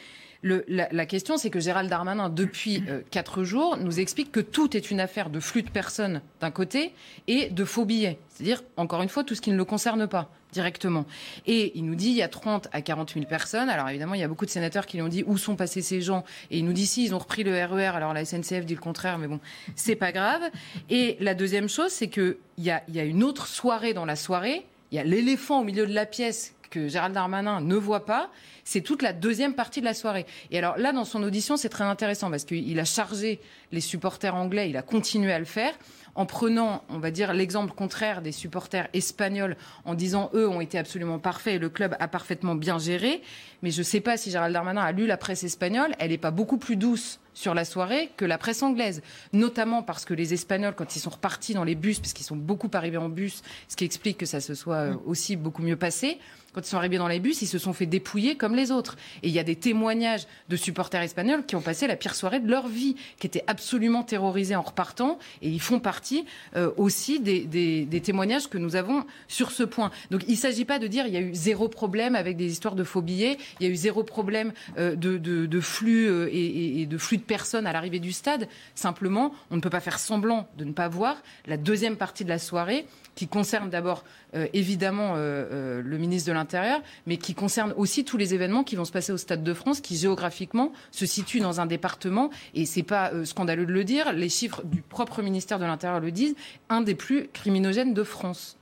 La question, c'est que Gérald Darmanin, depuis 4 jours, nous explique que tout est une affaire de flux de personnes d'un côté et de faux billets. C'est-à-dire, encore une fois, tout ce qui ne le concerne pas directement. Et il nous dit il y a 30 à 40 000 personnes. Alors évidemment, il y a beaucoup de sénateurs qui lui ont dit où sont passés ces gens. Et il nous dit si, ils ont repris le RER. Alors la SNCF dit le contraire, mais bon, c'est pas grave. Et la deuxième chose, c'est qu'il y a une autre soirée dans la soirée. Il y a l'éléphant au milieu de la pièce que Gérald Darmanin ne voit pas. C'est toute la deuxième partie de la soirée. Et alors là, dans son audition, c'est très intéressant parce qu'il a chargé les supporters anglais, il a continué à le faire, en prenant, on va dire, l'exemple contraire des supporters espagnols, en disant eux ont été absolument parfaits et le club a parfaitement bien géré. Mais je ne sais pas si Gérald Darmanin a lu la presse espagnole, elle n'est pas beaucoup plus douce sur la soirée que la presse anglaise, notamment parce que les Espagnols, quand ils sont repartis dans les bus, parce qu'ils sont beaucoup arrivés en bus, ce qui explique que ça se soit aussi beaucoup mieux passé, quand ils sont arrivés dans les bus, ils se sont fait dépouiller comme les autres. Et il y a des témoignages de supporters espagnols qui ont passé la pire soirée de leur vie, qui étaient absolument terrorisés en repartant, et ils font partie aussi des témoignages que nous avons sur ce point. Donc il ne s'agit pas de dire il y a eu zéro problème avec des histoires de faux billets, il y a eu zéro problème de flux et de flux de personnes à l'arrivée du stade. Simplement, on ne peut pas faire semblant de ne pas voir la deuxième partie de la soirée qui concerne d'abord évidemment le ministre de l'Intérieur, mais qui concerne aussi tous les événements qui vont se passer au Stade de France, qui géographiquement se situent dans un département, et c'est pas scandaleux de le dire, les chiffres du propre ministère de l'Intérieur le disent, un des plus criminogènes de France.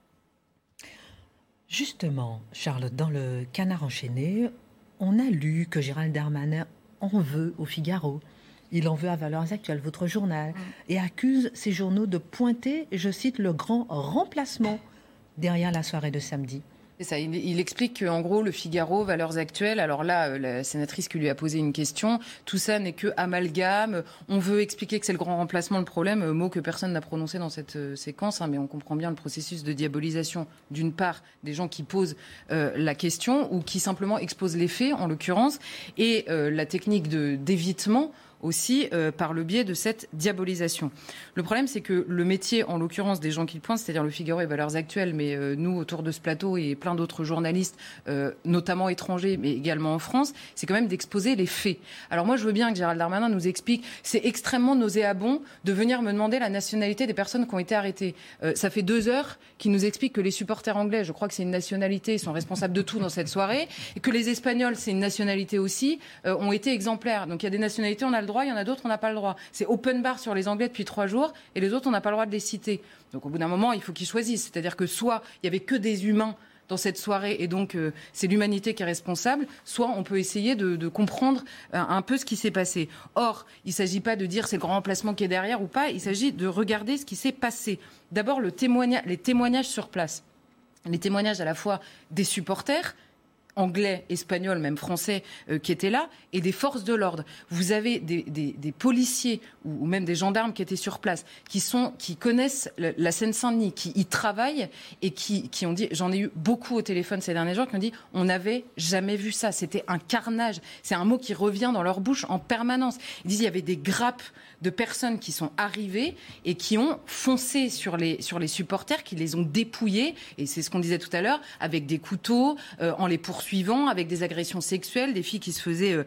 Justement, Charlotte, dans le Canard enchaîné, on a lu que Gérald Darmanin en veut au Figaro. Il en veut à Valeurs Actuelles, votre journal, et accuse ces journaux de pointer, je cite, le grand remplacement derrière la soirée de samedi. C'est ça, il explique qu'en gros, le Figaro, Valeurs Actuelles, alors là, la sénatrice qui lui a posé une question, tout ça n'est que amalgame, on veut expliquer que c'est le grand remplacement le problème, mot que personne n'a prononcé dans cette séquence, mais on comprend bien le processus de diabolisation, d'une part, des gens qui posent la question ou qui simplement exposent les faits, en l'occurrence, et la technique d'évitement aussi par le biais de cette diabolisation. Le problème, c'est que le métier, en l'occurrence, des gens qui le pointent, c'est-à-dire le Figaro et Valeurs Actuelles, mais nous, autour de ce plateau et plein d'autres journalistes, notamment étrangers, mais également en France, c'est quand même d'exposer les faits. Alors moi, je veux bien que Gérald Darmanin nous explique, c'est extrêmement nauséabond de venir me demander la nationalité des personnes qui ont été arrêtées. Ça fait 2 heures qu'il nous explique que les supporters anglais, je crois que c'est une nationalité, ils sont responsables de tout dans cette soirée, et que les Espagnols, c'est une nationalité aussi, ont été exemplaires. Donc il y a des nationalités, on a le droit, il y en a d'autres, on n'a pas le droit. C'est open bar sur les Anglais depuis 3 jours et les autres, on n'a pas le droit de les citer. Donc au bout d'un moment, il faut qu'ils choisissent. C'est-à-dire que soit il n'y avait que des humains dans cette soirée et donc c'est l'humanité qui est responsable, soit on peut essayer de comprendre un peu ce qui s'est passé. Or, il ne s'agit pas de dire c'est le grand remplacement qui est derrière ou pas, il s'agit de regarder ce qui s'est passé. D'abord, les témoignages sur place. Les témoignages à la fois des supporters, anglais, espagnols, même français, qui étaient là, et des forces de l'ordre. Vous avez des policiers ou même des gendarmes qui étaient sur place, qui connaissent la Seine-Saint-Denis, qui y travaillent et qui ont dit, j'en ai eu beaucoup au téléphone ces derniers jours, qui ont dit, on n'avait jamais vu ça, c'était un carnage. C'est un mot qui revient dans leur bouche en permanence. Ils disent, il y avait des grappes de personnes qui sont arrivées et qui ont foncé sur les supporters, qui les ont dépouillés, et c'est ce qu'on disait tout à l'heure, avec des couteaux, en les poursuivant, avec des agressions sexuelles, des filles qui se faisaient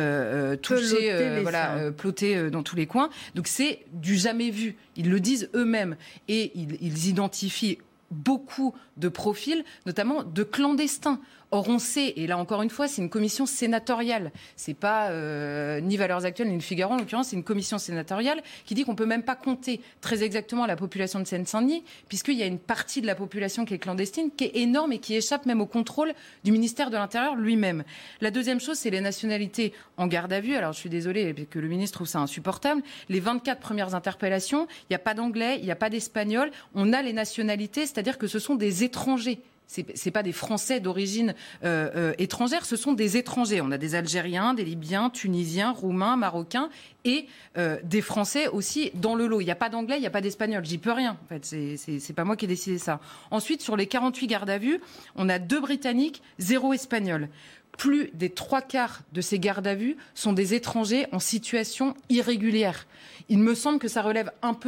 toucher, ploter dans tous les coins. Donc c'est du jamais vu. Ils le disent eux-mêmes. Et ils identifient beaucoup de profils, notamment de clandestins. Or, on sait, et là encore une fois, c'est une commission sénatoriale. C'est pas ni Valeurs Actuelles ni le Figaro, en l'occurrence, c'est une commission sénatoriale qui dit qu'on peut même pas compter très exactement la population de Seine-Saint-Denis, puisqu'il y a une partie de la population qui est clandestine, qui est énorme et qui échappe même au contrôle du ministère de l'Intérieur lui-même. La deuxième chose, c'est les nationalités en garde à vue. Alors, je suis désolée que le ministre trouve ça insupportable. Les 24 premières interpellations, il n'y a pas d'anglais, il n'y a pas d'espagnol. On a les nationalités, c'est-à-dire que ce sont des étrangers. C'est pas des Français d'origine étrangère, ce sont des étrangers. On a des Algériens, des Libyens, Tunisiens, Roumains, Marocains et des Français aussi dans le lot. Il n'y a pas d'anglais, il n'y a pas d'espagnol. J'y peux rien. En fait, c'est pas moi qui ai décidé ça. Ensuite, sur les 48 gardes à vue, on a 2 Britanniques, 0 Espagnols. Plus des 3/4 de ces gardes à vue sont des étrangers en situation irrégulière. Il me semble que ça relève un peu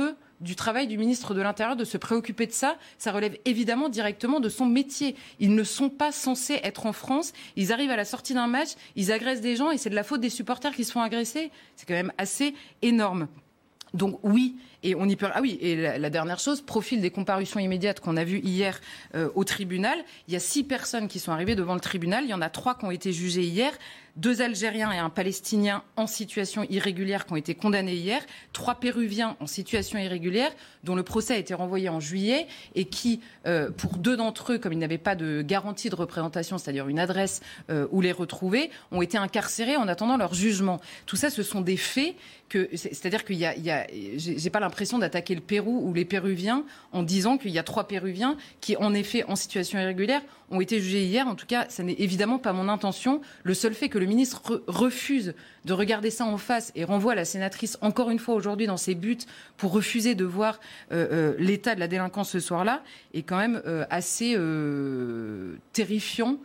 du travail du ministre de l'Intérieur de se préoccuper de ça. Ça relève évidemment directement de son métier. Ils ne sont pas censés être en France. Ils arrivent à la sortie d'un match, ils agressent des gens et c'est de la faute des supporters qui se font agresser. C'est quand même assez énorme. Donc oui, et on y peut. Ah oui, et la dernière chose, profil des comparutions immédiates qu'on a vu hier au tribunal. Il y a 6 personnes qui sont arrivées devant le tribunal. Il y en a 3 qui ont été jugées hier. 2 Algériens et un Palestinien en situation irrégulière qui ont été condamnés hier. 3 Péruviens en situation irrégulière dont le procès a été renvoyé en juillet et qui, pour 2 d'entre eux, comme ils n'avaient pas de garantie de représentation, c'est-à-dire une adresse où les retrouver, ont été incarcérés en attendant leur jugement. Tout ça, ce sont des faits c'est-à-dire qu'il y a j'ai pas l'impression d'attaquer le Pérou ou les Péruviens en disant qu'il y a 3 Péruviens qui, en effet, en situation irrégulière, ont été jugés hier. En tout cas, ça n'est évidemment pas mon intention. Le seul fait que le ministre refuse de regarder ça en face et renvoie la sénatrice, encore une fois aujourd'hui, dans ses buts pour refuser de voir l'état de la délinquance ce soir-là est quand même assez terrifiant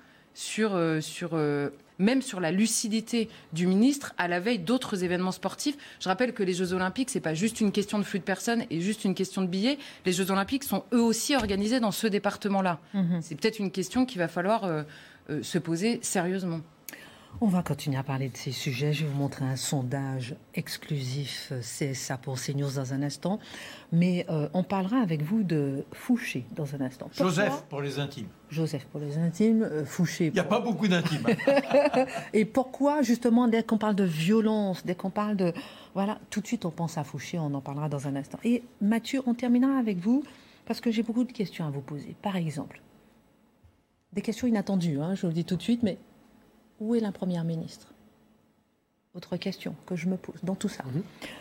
même sur la lucidité du ministre à la veille d'autres événements sportifs. Je rappelle que les Jeux Olympiques, c'est pas juste une question de flux de personnes et juste une question de billets. Les Jeux Olympiques sont eux aussi organisés dans ce département-là. C'est peut-être une question qu'il va falloir se poser sérieusement. On va continuer à parler de ces sujets. Je vais vous montrer un sondage exclusif CSA pour CNews dans un instant. Mais on parlera avec vous de Fouché dans un instant. Pourquoi Joseph pour les intimes. Joseph pour les intimes, Fouché. Il n'y a pas beaucoup d'intimes. Et pourquoi, justement, dès qu'on parle de violence, dès qu'on parle de... Voilà, tout de suite, on pense à Fouché, on en parlera dans un instant. Et Mathieu, on terminera avec vous, parce que j'ai beaucoup de questions à vous poser. Par exemple, des questions inattendues, je vous le dis tout de suite, mais... Où est la Première ministre ? Autre question que je me pose dans tout ça.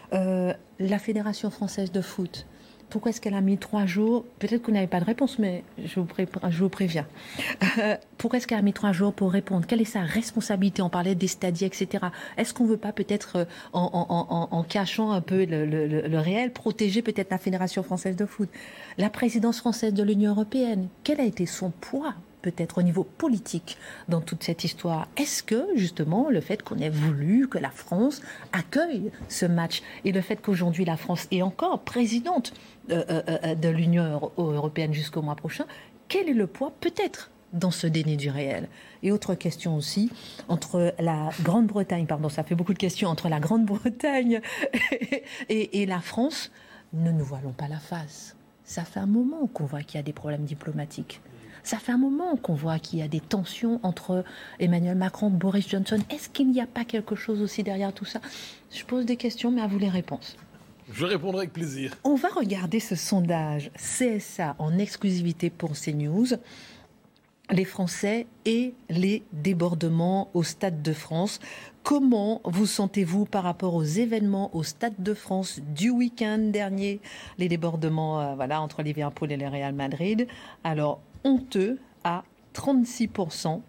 La Fédération française de foot, pourquoi est-ce qu'elle a mis 3 jours ? Peut-être que vous n'avez pas de réponse, mais je vous préviens. Pourquoi est-ce qu'elle a mis 3 jours pour répondre ? Quelle est sa responsabilité ? On parlait des stadiers, etc. Est-ce qu'on ne veut pas peut-être, en cachant un peu le réel, protéger peut-être la Fédération française de foot ? La présidence française de l'Union européenne, quel a été son poids ? Peut-être au niveau politique dans toute cette histoire. Est-ce que, justement, le fait qu'on ait voulu que la France accueille ce match et le fait qu'aujourd'hui la France est encore présidente de l'Union européenne jusqu'au mois prochain, quel est le poids, peut-être, dans ce déni du réel ? Et autre question aussi, entre la Grande-Bretagne, pardon, ça fait beaucoup de questions, entre la Grande-Bretagne et la France, ne nous voilons pas la face. Ça fait un moment qu'on voit qu'il y a des problèmes diplomatiques. Ça fait un moment qu'on voit qu'il y a des tensions entre Emmanuel Macron et Boris Johnson. Est-ce qu'il n'y a pas quelque chose aussi derrière tout ça ? Je pose des questions, mais à vous les réponses. Je répondrai avec plaisir. On va regarder ce sondage CSA en exclusivité pour CNews. Les Français et les débordements au Stade de France. Comment vous sentez-vous par rapport aux événements au Stade de France du week-end dernier ? Les débordements entre Liverpool et le Real Madrid. Alors, honteux à 36%,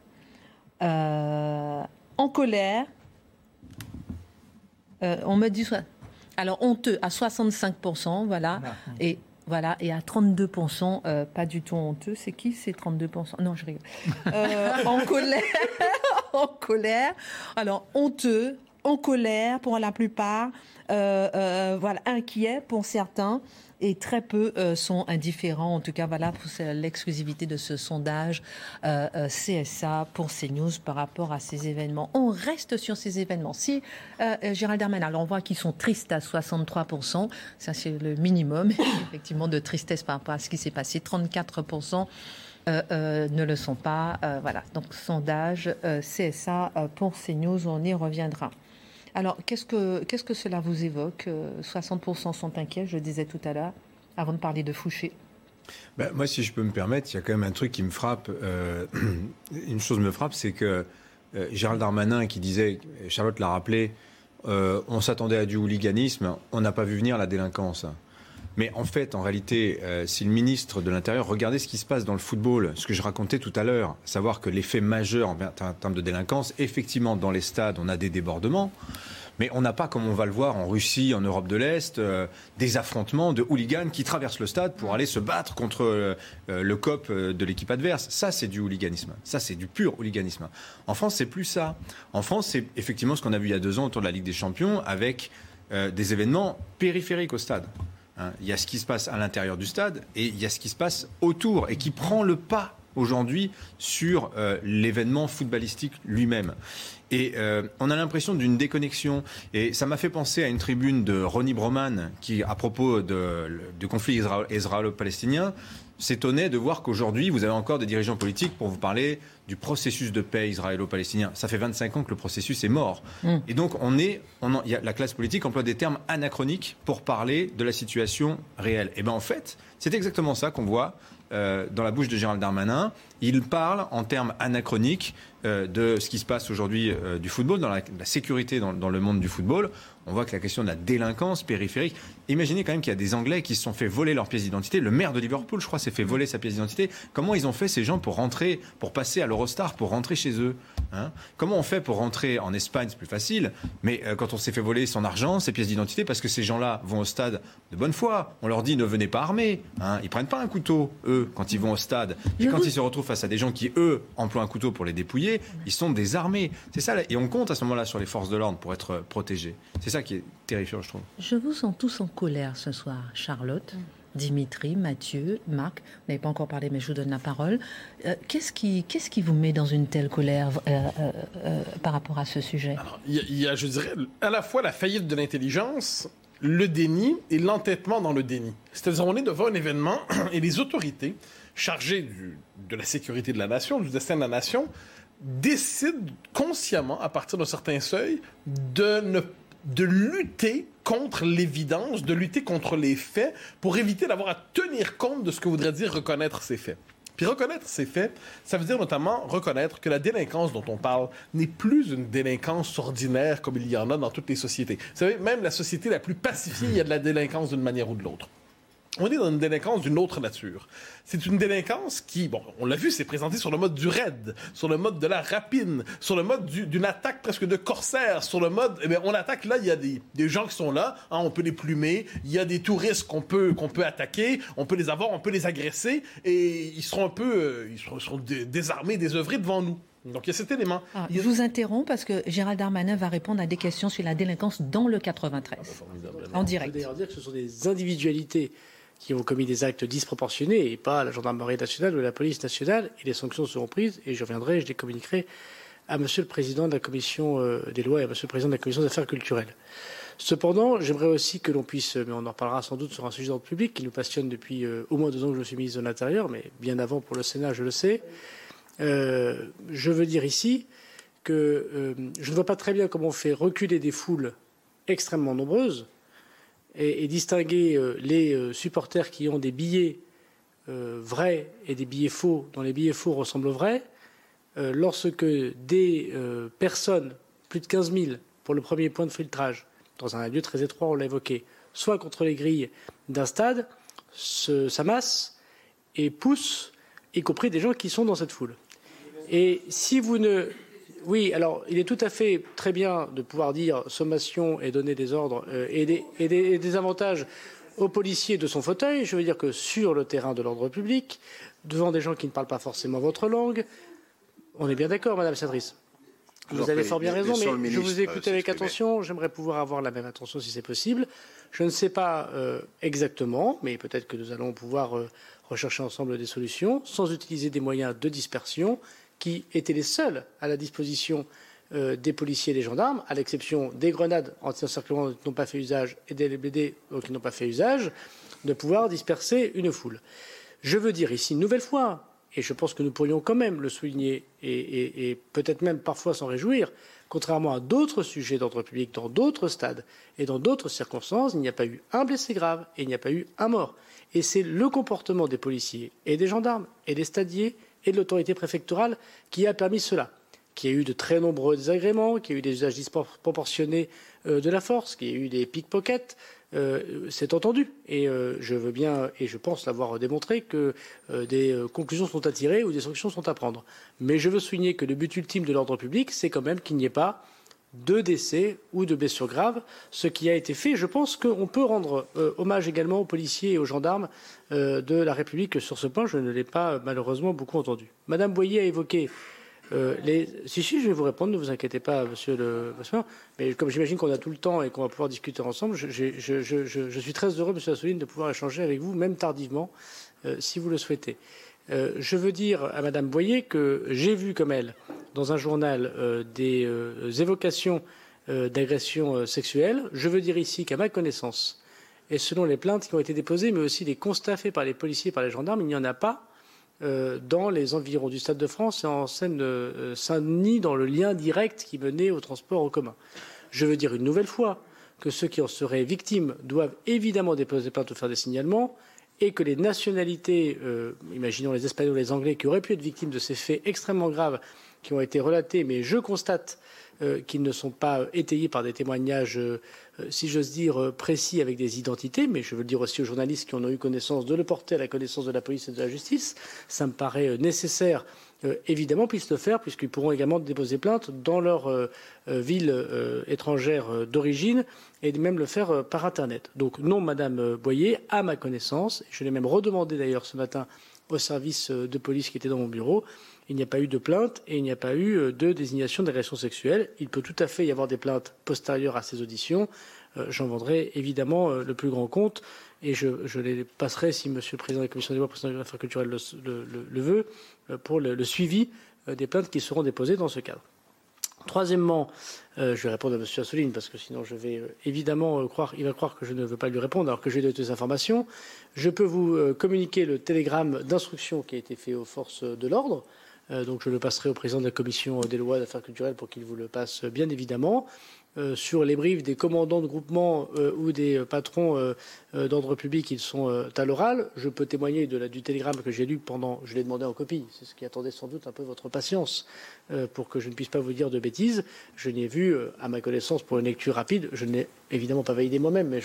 en colère, on me dit... Alors, honteux à 65%, voilà, et à 32%, pas du tout honteux. C'est qui ces 32% ? Non, je rigole. En colère. Alors, honteux, en colère pour la plupart, inquiets pour certains, et très peu sont indifférents. En tout cas, voilà, c'est l'exclusivité de ce sondage CSA pour CNews par rapport à ces événements. On reste sur ces événements. Si Gérald Darmanin, alors on voit qu'ils sont tristes à 63%, ça c'est le minimum, effectivement, de tristesse par rapport à ce qui s'est passé. 34% ne le sont pas. Voilà, donc sondage CSA pour CNews, on y reviendra. Alors, qu'est-ce que cela vous évoque ? 60% sont inquiets, je le disais tout à l'heure, avant de parler de Fouché. Moi, si je peux me permettre, il y a quand même un truc qui me frappe. Une chose me frappe, c'est que Gérald Darmanin qui disait, Charlotte l'a rappelé, on s'attendait à du hooliganisme, on n'a pas vu venir la délinquance. Mais en fait, en réalité, si le ministre de l'Intérieur regardait ce qui se passe dans le football, ce que je racontais tout à l'heure, savoir que l'effet majeur en termes de délinquance, effectivement, dans les stades, on a des débordements, mais on n'a pas, comme on va le voir en Russie, en Europe de l'Est, des affrontements de hooligans qui traversent le stade pour aller se battre contre le COP de l'équipe adverse. Ça, c'est du hooliganisme. Ça, c'est du pur hooliganisme. En France, c'est plus ça. En France, c'est effectivement ce qu'on a vu il y a 2 ans autour de la Ligue des Champions, avec des événements périphériques au stade. Il y a ce qui se passe à l'intérieur du stade et il y a ce qui se passe autour et qui prend le pas aujourd'hui sur l'événement footballistique lui-même. Et on a l'impression d'une déconnexion. Et ça m'a fait penser à une tribune de Ronnie Broman qui, à propos du conflit israélo-palestinien, s'étonnait de voir qu'aujourd'hui, vous avez encore des dirigeants politiques pour vous parler du processus de paix israélo-palestinien. Ça fait 25 ans que le processus est mort. Et donc, la classe politique emploie des termes anachroniques pour parler de la situation réelle. Et bien, en fait, c'est exactement ça qu'on voit dans la bouche de Gérald Darmanin. Il parle en termes anachroniques de ce qui se passe aujourd'hui du football, dans la sécurité dans le monde du football. On voit que la question de la délinquance périphérique... Imaginez quand même qu'il y a des Anglais qui se sont fait voler leur pièce d'identité. Le maire de Liverpool, je crois, s'est fait voler sa pièce d'identité. Comment ils ont fait, ces gens, pour rentrer, pour passer à l'Eurostar, pour rentrer chez eux, Comment on fait pour rentrer en Espagne? C'est plus facile. Mais quand on s'est fait voler son argent, ses pièces d'identité, parce que ces gens-là vont au stade de bonne foi. On leur dit ne venez pas armés. Ils prennent pas un couteau, eux, quand ils vont au stade. Et quand ils se retrouvent face à des gens qui, eux, emploient un couteau pour les dépouiller, ils sont désarmés. C'est ça. Et on compte à ce moment-là sur les forces de l'ordre pour être protégés. C'est ça qui est terrifiant, je trouve. Je vous sens tous en colère ce soir. Charlotte, Dimitri, Mathieu, Marc, vous n'avez pas encore parlé, mais je vous donne la parole. Qu'est-ce qui vous met dans une telle colère par rapport à ce sujet? Il y a, je dirais, à la fois la faillite de l'intelligence, le déni et l'entêtement dans le déni. C'est-à-dire, on est devant un événement et les autorités chargées de la sécurité de la nation, du destin de la nation, décident consciemment, à partir d'un certain seuil, de lutter contre l'évidence, de lutter contre les faits pour éviter d'avoir à tenir compte de ce que voudrait dire reconnaître ces faits. Puis reconnaître ces faits, ça veut dire notamment reconnaître que la délinquance dont on parle n'est plus une délinquance ordinaire comme il y en a dans toutes les sociétés. Vous savez, même la société la plus pacifiée, il y a de la délinquance d'une manière ou de l'autre. On est dans une délinquance d'une autre nature. C'est une délinquance qui, bon, on l'a vu, s'est présentée sur le mode du raid, sur le mode de la rapine, sur le mode d'une attaque presque de corsaire, sur le mode, on attaque, là, il y a des gens qui sont là, on peut les plumer, il y a des touristes qu'on peut attaquer, on peut les avoir, on peut les agresser, et ils seront désarmés, désœuvrés devant nous. Donc il y a cet élément. Je vous interromps parce que Gérald Darmanin va répondre à des questions sur la délinquance dans le 93, en direct. Je veux d'ailleurs dire que ce sont des individualités qui ont commis des actes disproportionnés et pas la gendarmerie nationale ou la police nationale, et les sanctions seront prises, et je reviendrai, je les communiquerai à Monsieur le Président de la Commission des lois et à Monsieur le Président de la Commission des affaires culturelles. Cependant, j'aimerais aussi que l'on puisse, mais on en reparlera sans doute sur un sujet d'ordre public qui nous passionne depuis au moins 2 ans que je suis ministre de l'Intérieur, mais bien avant pour le Sénat, je le sais. Je veux dire ici que je ne vois pas très bien comment on fait reculer des foules extrêmement nombreuses et distinguer les supporters qui ont des billets vrais et des billets faux, dont les billets faux ressemblent aux vrais, lorsque des personnes, plus de 15 000 pour le premier point de filtrage, dans un lieu très étroit, on l'a évoqué, soit contre les grilles d'un stade, s'amassent et poussent, y compris des gens qui sont dans cette foule. Et si vous ne... Oui, alors il est tout à fait très bien de pouvoir dire sommation et donner des ordres et des avantages aux policiers de son fauteuil. Je veux dire que sur le terrain de l'ordre public, devant des gens qui ne parlent pas forcément votre langue, on est bien d'accord, Madame la sénatrice. Vous avez fort bien raison, mais je vous ai écouté avec attention. J'aimerais pouvoir avoir la même attention si c'est possible. Je ne sais pas exactement, mais peut-être que nous allons pouvoir rechercher ensemble des solutions sans utiliser des moyens de dispersion qui étaient les seuls à la disposition des policiers et des gendarmes, à l'exception des grenades anti-encerclement dont ils n'ont pas fait usage et des LBD dont ils n'ont pas fait usage, de pouvoir disperser une foule. Je veux dire ici une nouvelle fois, et je pense que nous pourrions quand même le souligner et peut-être même parfois s'en réjouir, contrairement à d'autres sujets d'ordre public dans d'autres stades et dans d'autres circonstances, il n'y a pas eu un blessé grave et il n'y a pas eu un mort. Et c'est le comportement des policiers et des gendarmes et des stadiers et de l'autorité préfectorale qui a permis cela. Qu'il y a eu de très nombreux désagréments, qu'il y a eu des usages disproportionnés de la force, qu'il y a eu des pickpockets, c'est entendu. Et je veux bien, et je pense l'avoir démontré, que des conclusions sont à tirer ou des sanctions sont à prendre. Mais je veux souligner que le but ultime de l'ordre public, c'est quand même qu'il n'y ait pas de décès ou de blessures graves, ce qui a été fait. Je pense qu'on peut rendre hommage également aux policiers et aux gendarmes de la République sur ce point. Je ne l'ai pas malheureusement beaucoup entendu. Madame Boyer a évoqué Si, je vais vous répondre, ne vous inquiétez pas, monsieur le Bossuin. Mais comme j'imagine qu'on a tout le temps et qu'on va pouvoir discuter ensemble, je suis très heureux, monsieur Assouline, de pouvoir échanger avec vous, même tardivement, si vous le souhaitez. Je veux dire à madame Boyer que j'ai vu comme elle, dans un journal, des évocations d'agressions sexuelles. Je veux dire ici qu'à ma connaissance, et selon les plaintes qui ont été déposées, mais aussi les constats faits par les policiers et par les gendarmes, il n'y en a pas dans les environs du Stade de France et en Seine-Saint-Denis, dans le lien direct qui menait au transport en commun. Je veux dire une nouvelle fois que ceux qui en seraient victimes doivent évidemment déposer plainte ou faire des signalements, et que les nationalités, imaginons les Espagnols, les Anglais, qui auraient pu être victimes de ces faits extrêmement graves qui ont été relatés, mais je constate qu'ils ne sont pas étayés par des témoignages, si j'ose dire, précis avec des identités, mais je veux le dire aussi aux journalistes qui en ont eu connaissance, de le porter à la connaissance de la police et de la justice. Ça me paraît nécessaire, évidemment, puissent le faire, puisqu'ils pourront également déposer plainte dans leur ville étrangère d'origine et même le faire par Internet. Donc non, madame Boyer, à ma connaissance, je l'ai même redemandé d'ailleurs ce matin au service de police qui était dans mon bureau, il n'y a pas eu de plainte et il n'y a pas eu de désignation d'agression sexuelle. Il peut tout à fait y avoir des plaintes postérieures à ces auditions. J'en vendrai évidemment le plus grand compte et je les passerai, si monsieur le président de la commission des lois, président de l'affaires culturelles le veut, pour le suivi des plaintes qui seront déposées dans ce cadre. Troisièmement, je vais répondre à M. Assouline parce que sinon je vais évidemment il va croire que je ne veux pas lui répondre alors que j'ai donné toutes les informations. Je peux vous communiquer le télégramme d'instruction qui a été fait aux forces de l'ordre. Donc je le passerai au président de la commission des lois d'affaires culturelles pour qu'il vous le passe bien évidemment. Sur les briefs des commandants de groupement ou des patrons d'ordre public, ils sont à l'oral. Je peux témoigner du télégramme que j'ai lu je l'ai demandé en copie. C'est ce qui attendait sans doute un peu votre patience pour que je ne puisse pas vous dire de bêtises. Je n'ai vu, à ma connaissance, pour une lecture rapide, je n'ai évidemment pas validé moi-même, mais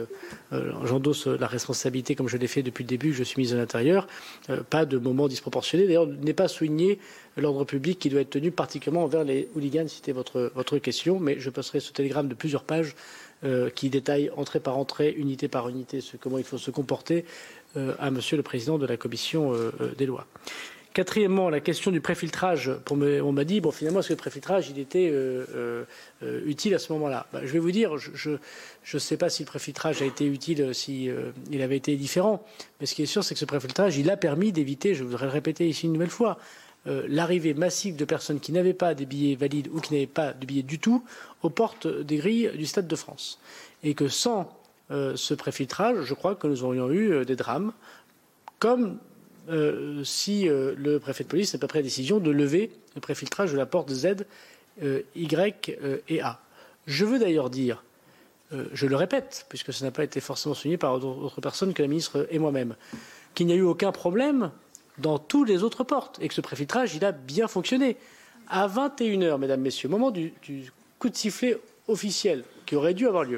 j'endosse la responsabilité comme je l'ai fait depuis le début, je suis mise à l'intérieur. Pas de moment disproportionné. D'ailleurs, n'est pas souligné l'ordre public qui doit être tenu particulièrement envers les hooligans, c'était votre question, mais je passerai ce télégramme de plusieurs pages qui détaille entrée par entrée, unité par unité, comment il faut se comporter à monsieur le président de la commission des lois. Quatrièmement, la question du préfiltrage. On m'a dit, finalement, est-ce que le préfiltrage, il était utile à ce moment-là ? Je vais vous dire, je ne sais pas si le préfiltrage a été utile, si il avait été différent. Mais ce qui est sûr, c'est que ce préfiltrage, il a permis d'éviter, je voudrais le répéter ici une nouvelle fois, l'arrivée massive de personnes qui n'avaient pas des billets valides ou qui n'avaient pas de billets du tout aux portes des grilles du Stade de France. Et que sans ce préfiltrage, je crois que nous aurions eu des drames, comme si le préfet de police n'a pas pris la décision de lever le préfiltrage de la porte Z, Y et A. Je veux d'ailleurs dire, je le répète, puisque ça n'a pas été forcément souligné par d'autres personnes que la ministre et moi-même, qu'il n'y a eu aucun problème dans toutes les autres portes et que ce préfiltrage, il a bien fonctionné. À 21h, mesdames, messieurs, au moment du coup de sifflet officiel qui aurait dû avoir lieu,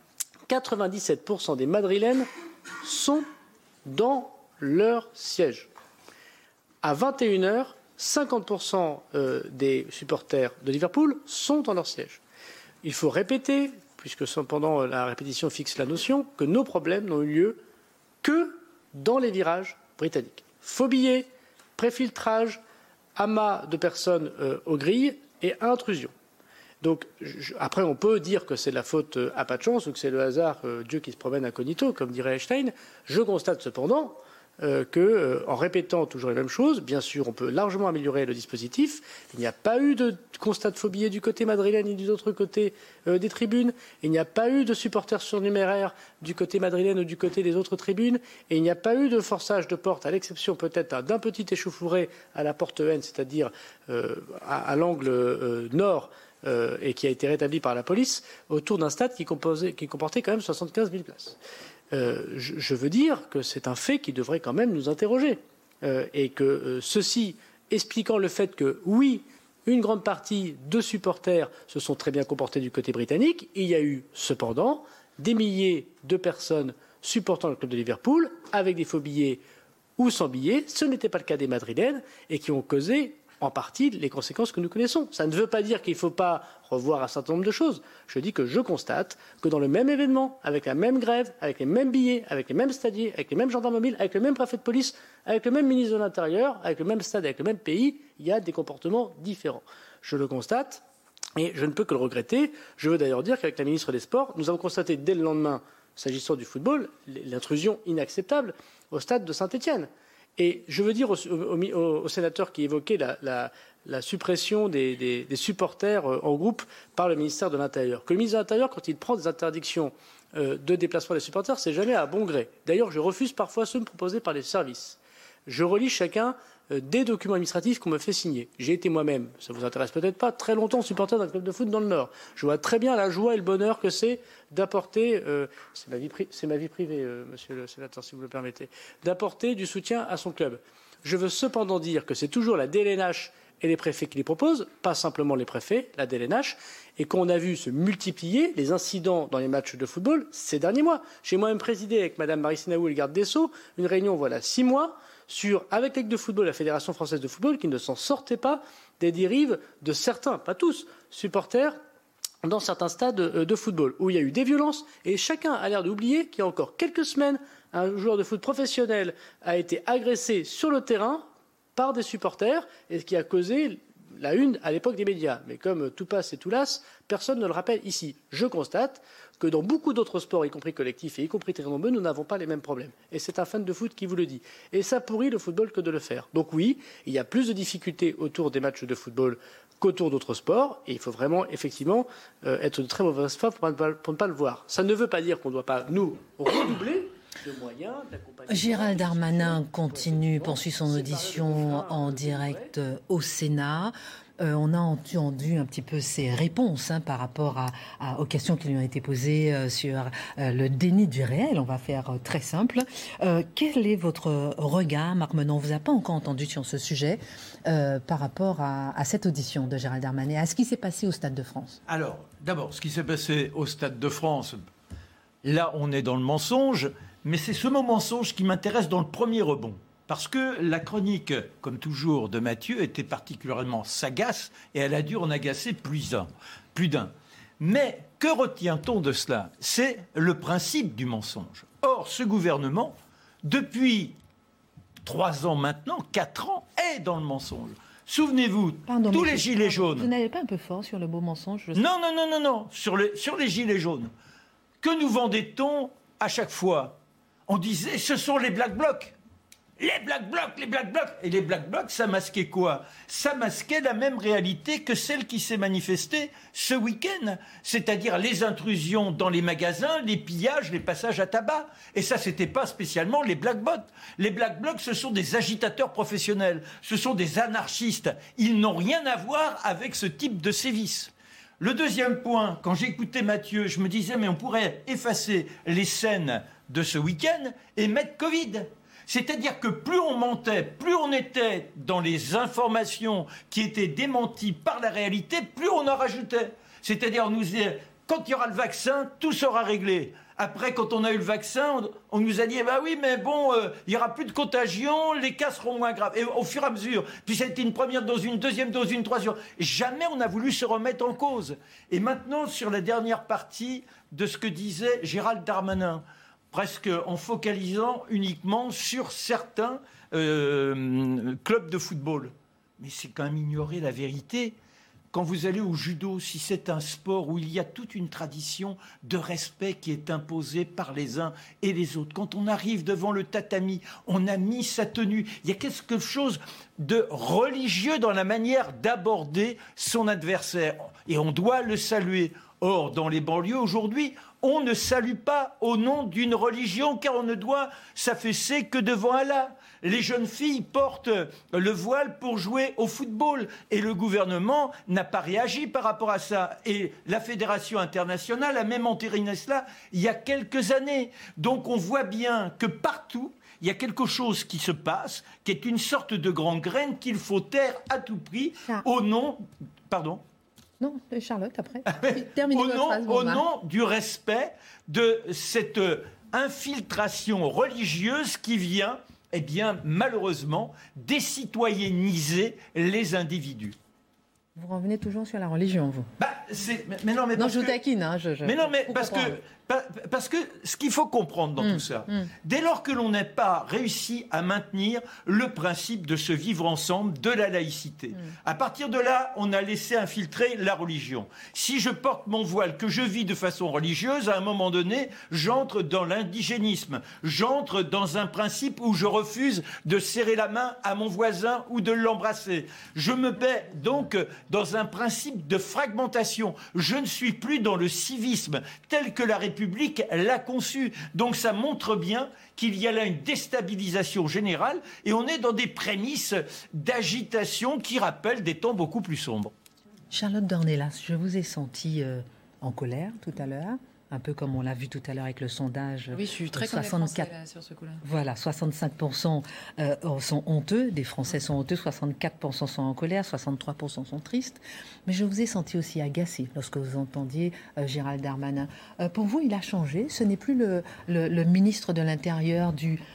97% des Madrilènes sont dans leur siège. À 21h, 50% des supporters de Liverpool sont dans leur siège. Il faut répéter, puisque pendant la répétition fixe la notion, que nos problèmes n'ont eu lieu que dans les virages britanniques. Faux billets, préfiltrage, amas de personnes aux grilles et intrusion. Donc, après, on peut dire que c'est de la faute à pas de chance ou que c'est le hasard, Dieu qui se promène incognito, comme dirait Einstein. Je constate cependant en répétant toujours les mêmes choses, bien sûr, on peut largement améliorer le dispositif. Il n'y a pas eu de constat de faux billets du côté madrilène ni du autre côté des tribunes. Il n'y a pas eu de supporters surnuméraires du côté madrilène ou du côté des autres tribunes. Et il n'y a pas eu de forçage de porte, à l'exception peut-être d'un petit échauffouré à la porte N, c'est-à-dire à l'angle nord, et qui a été rétabli par la police, autour d'un stade qui comportait quand même 75 000 places. Je veux dire que c'est un fait qui devrait quand même nous interroger. Et que ceci expliquant le fait que, oui, une grande partie de supporters se sont très bien comportés du côté britannique, il y a eu cependant des milliers de personnes supportant le club de Liverpool avec des faux billets ou sans billets. Ce n'était pas le cas des Madrilènes et qui ont causé en partie les conséquences que nous connaissons. Ça ne veut pas dire qu'il ne faut pas revoir un certain nombre de choses. Je dis que je constate que dans le même événement, avec la même grève, avec les mêmes billets, avec les mêmes stadiers, avec les mêmes gendarmes mobiles, avec le même préfet de police, avec le même ministre de l'Intérieur, avec le même stade, avec le même pays, il y a des comportements différents. Je le constate et je ne peux que le regretter. Je veux d'ailleurs dire qu'avec la ministre des Sports, nous avons constaté dès le lendemain, s'agissant du football, l'intrusion inacceptable au stade de Saint-Étienne. Et je veux dire aux sénateurs qui évoquaient la suppression des supporters en groupe par le ministère de l'Intérieur, que le ministre de l'Intérieur, quand il prend des interdictions de déplacement des supporters, c'est jamais à bon gré. D'ailleurs, je refuse parfois ceux proposés par les services. Je relis chacun des documents administratifs qu'on me fait signer. J'ai été moi-même, ça ne vous intéresse peut-être pas, très longtemps supporter d'un club de foot dans le Nord. Je vois très bien la joie et le bonheur que c'est d'apporter, c'est ma vie privée, monsieur le sénateur, si vous le permettez, d'apporter du soutien à son club. Je veux cependant dire que c'est toujours la DLNH et les préfets qui les proposent, pas simplement les préfets, la DLNH, et qu'on a vu se multiplier les incidents dans les matchs de football ces derniers mois. J'ai moi-même présidé avec Mme Marie Senaou et le garde des Sceaux une réunion, voilà, 6 mois, avec la Ligue de football, la Fédération française de football, qui ne s'en sortait pas des dérives de certains, pas tous, supporters dans certains stades de football, où il y a eu des violences, et chacun a l'air d'oublier qu'il y a encore quelques semaines, un joueur de foot professionnel a été agressé sur le terrain par des supporters, et ce qui a causé la une à l'époque des médias. Mais comme tout passe et tout lasse, personne ne le rappelle ici. Je constate que dans beaucoup d'autres sports, y compris collectifs et y compris très nombreux, nous n'avons pas les mêmes problèmes. Et c'est un fan de foot qui vous le dit. Et ça pourrit le football que de le faire. Donc oui, il y a plus de difficultés autour des matchs de football qu'autour d'autres sports. Et il faut vraiment, effectivement, être de très mauvaise foi pour ne pas le voir. Ça ne veut pas dire qu'on ne doit pas, nous, redoubler de moyens d'accompagnement. Gérald Darmanin poursuit son audition en direct au Sénat. On a entendu un petit peu ses réponses par rapport aux questions qui lui ont été posées sur le déni du réel. On va faire très simple. Quel est votre regard, Marc Menon? On ne vous a pas encore entendu sur ce sujet par rapport à cette audition de Gérald Darmanin, à ce qui s'est passé au Stade de France. Alors, d'abord, ce qui s'est passé au Stade de France, là, on est dans le mensonge, mais c'est ce mot mensonge qui m'intéresse dans le premier rebond. Parce que la chronique, comme toujours, de Mathieu était particulièrement sagace et elle a dû en agacer plus d'un. Mais que retient-on de cela? C'est le principe du mensonge. Or, ce gouvernement, depuis 3 ans maintenant, 4 ans, est dans le mensonge. Souvenez-vous, tous les gilets jaunes... Vous n'allez pas un peu fort sur le mot mensonge? Non. Sur les gilets jaunes. Que nous vendait-on à chaque fois? On disait, ce sont les Black Blocs. Les Black Blocs. Et les Black Blocs, ça masquait quoi? Ça masquait la même réalité que celle qui s'est manifestée ce week-end. C'est-à-dire les intrusions dans les magasins, les pillages, les passages à tabac. Et ça, c'était pas spécialement les Black Blocs. Les Black Blocs, ce sont des agitateurs professionnels. Ce sont des anarchistes. Ils n'ont rien à voir avec ce type de sévices. Le deuxième point, quand j'écoutais Mathieu, je me disais, mais on pourrait effacer les scènes de ce week-end et mettre Covid. C'est-à-dire que plus on mentait, plus on était dans les informations qui étaient démenties par la réalité, plus on en rajoutait. C'est-à-dire, on nous disait, quand il y aura le vaccin, tout sera réglé. Après, quand on a eu le vaccin, on nous a dit, eh ben oui, mais bon, il n'y aura plus de contagion, les cas seront moins graves. Et au fur et à mesure, puis ça a été une première dose, une deuxième dose, une troisième. Jamais on a voulu se remettre en cause. Et maintenant, sur la dernière partie de ce que disait Gérald Darmanin, presque en focalisant uniquement sur certains clubs de football. Mais c'est quand même ignorer la vérité. Quand vous allez au judo, si c'est un sport où il y a toute une tradition de respect qui est imposée par les uns et les autres, quand on arrive devant le tatami, on a mis sa tenue. Il y a quelque chose de religieux dans la manière d'aborder son adversaire. Et on doit le saluer. Or, dans les banlieues aujourd'hui, on ne salue pas au nom d'une religion, car on ne doit s'affaisser que devant Allah. Les jeunes filles portent le voile pour jouer au football. Et le gouvernement n'a pas réagi par rapport à ça. Et la Fédération internationale a même entériné cela il y a quelques années. Donc on voit bien que partout, il y a quelque chose qui se passe, qui est une sorte de gangrène qu'il faut taire à tout prix au nom... Pardon ? Non, Charlotte, après. Au nom du respect de cette infiltration religieuse qui vient eh bien, malheureusement, décitoyenniser les individus. Vous revenez toujours sur la religion, vous. Mais non, je vous taquine. Mais non, mais parce que ce qu'il faut comprendre dans tout ça, dès lors que l'on n'a pas réussi à maintenir le principe de se vivre ensemble, de la laïcité, à partir de là, on a laissé infiltrer la religion. Si je porte mon voile, que je vis de façon religieuse, à un moment donné, j'entre dans l'indigénisme, j'entre dans un principe où je refuse de serrer la main à mon voisin ou de l'embrasser. Je me mets donc dans un principe de fragmentation. Je ne suis plus dans le civisme tel que la République l'a conçu. Donc ça montre bien qu'il y a là une déstabilisation générale et on est dans des prémices d'agitation qui rappellent des temps beaucoup plus sombres. Charlotte Dornelas, je vous ai senti en colère tout à l'heure, un peu comme on l'a vu tout à l'heure avec le sondage. Oui, je suis très comme les Français là, sur ce coup-là. Voilà, 65% sont honteux, des Français sont honteux, 64% sont en colère, 63% sont tristes. Mais je vous ai senti aussi agacé lorsque vous entendiez Gérald Darmanin. Pour vous, il a changé. Ce n'est plus le ministre de l'Intérieur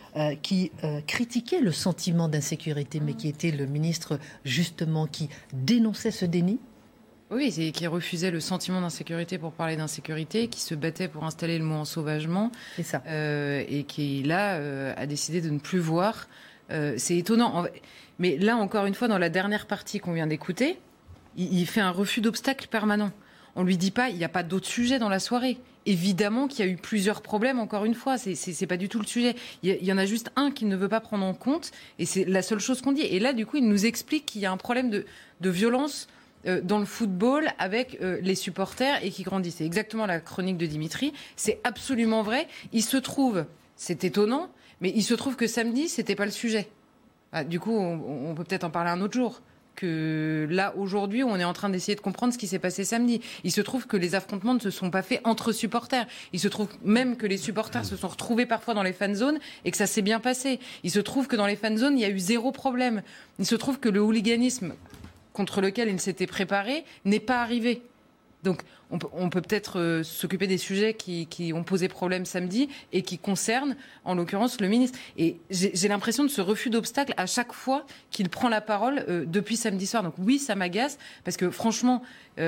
qui critiquait le sentiment d'insécurité, mais qui était le ministre justement qui dénonçait ce déni. Oui, qui refusait le sentiment d'insécurité pour parler d'insécurité, qui se battait pour installer le mot ensauvagement. C'est ça. Et qui, là, a décidé de ne plus voir. C'est étonnant. Mais là, encore une fois, dans la dernière partie qu'on vient d'écouter, il fait un refus d'obstacle permanent. On lui dit pas, il n'y a pas d'autres sujets dans la soirée. Évidemment qu'il y a eu plusieurs problèmes, encore une fois. C'est pas du tout le sujet. Il y en a juste un qu'il ne veut pas prendre en compte. Et c'est la seule chose qu'on dit. Et là, du coup, il nous explique qu'il y a un problème de violence dans le football avec les supporters et qui grandissent. C'est exactement la chronique de Dimitri. C'est absolument vrai. Il se trouve, c'est étonnant, mais il se trouve que samedi, c'était pas le sujet. Du coup, on peut peut-être en parler un autre jour. Que là, aujourd'hui, on est en train d'essayer de comprendre ce qui s'est passé samedi. Il se trouve que les affrontements ne se sont pas faits entre supporters. Il se trouve même que les supporters se sont retrouvés parfois dans les fan zones et que ça s'est bien passé. Il se trouve que dans les fan zones, il y a eu zéro problème. Il se trouve que le hooliganisme contre lequel il s'était préparé n'est pas arrivé. Donc on peut peut-être s'occuper des sujets qui ont posé problème samedi et qui concernent, en l'occurrence, le ministre. Et j'ai l'impression de ce refus d'obstacle à chaque fois qu'il prend la parole depuis samedi soir. Donc oui, ça m'agace, parce que franchement,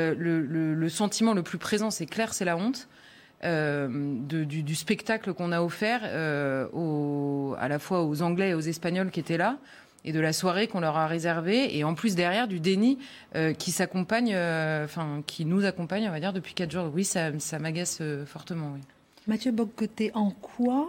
le sentiment le plus présent, c'est clair, c'est la honte. Du spectacle qu'on a offert à la fois aux Anglais et aux Espagnols qui étaient là, et de la soirée qu'on leur a réservée, et en plus derrière du déni qui nous accompagne, on va dire, depuis 4 jours. Oui, ça m'agace fortement. Oui. Mathieu Bock-Côté, en quoi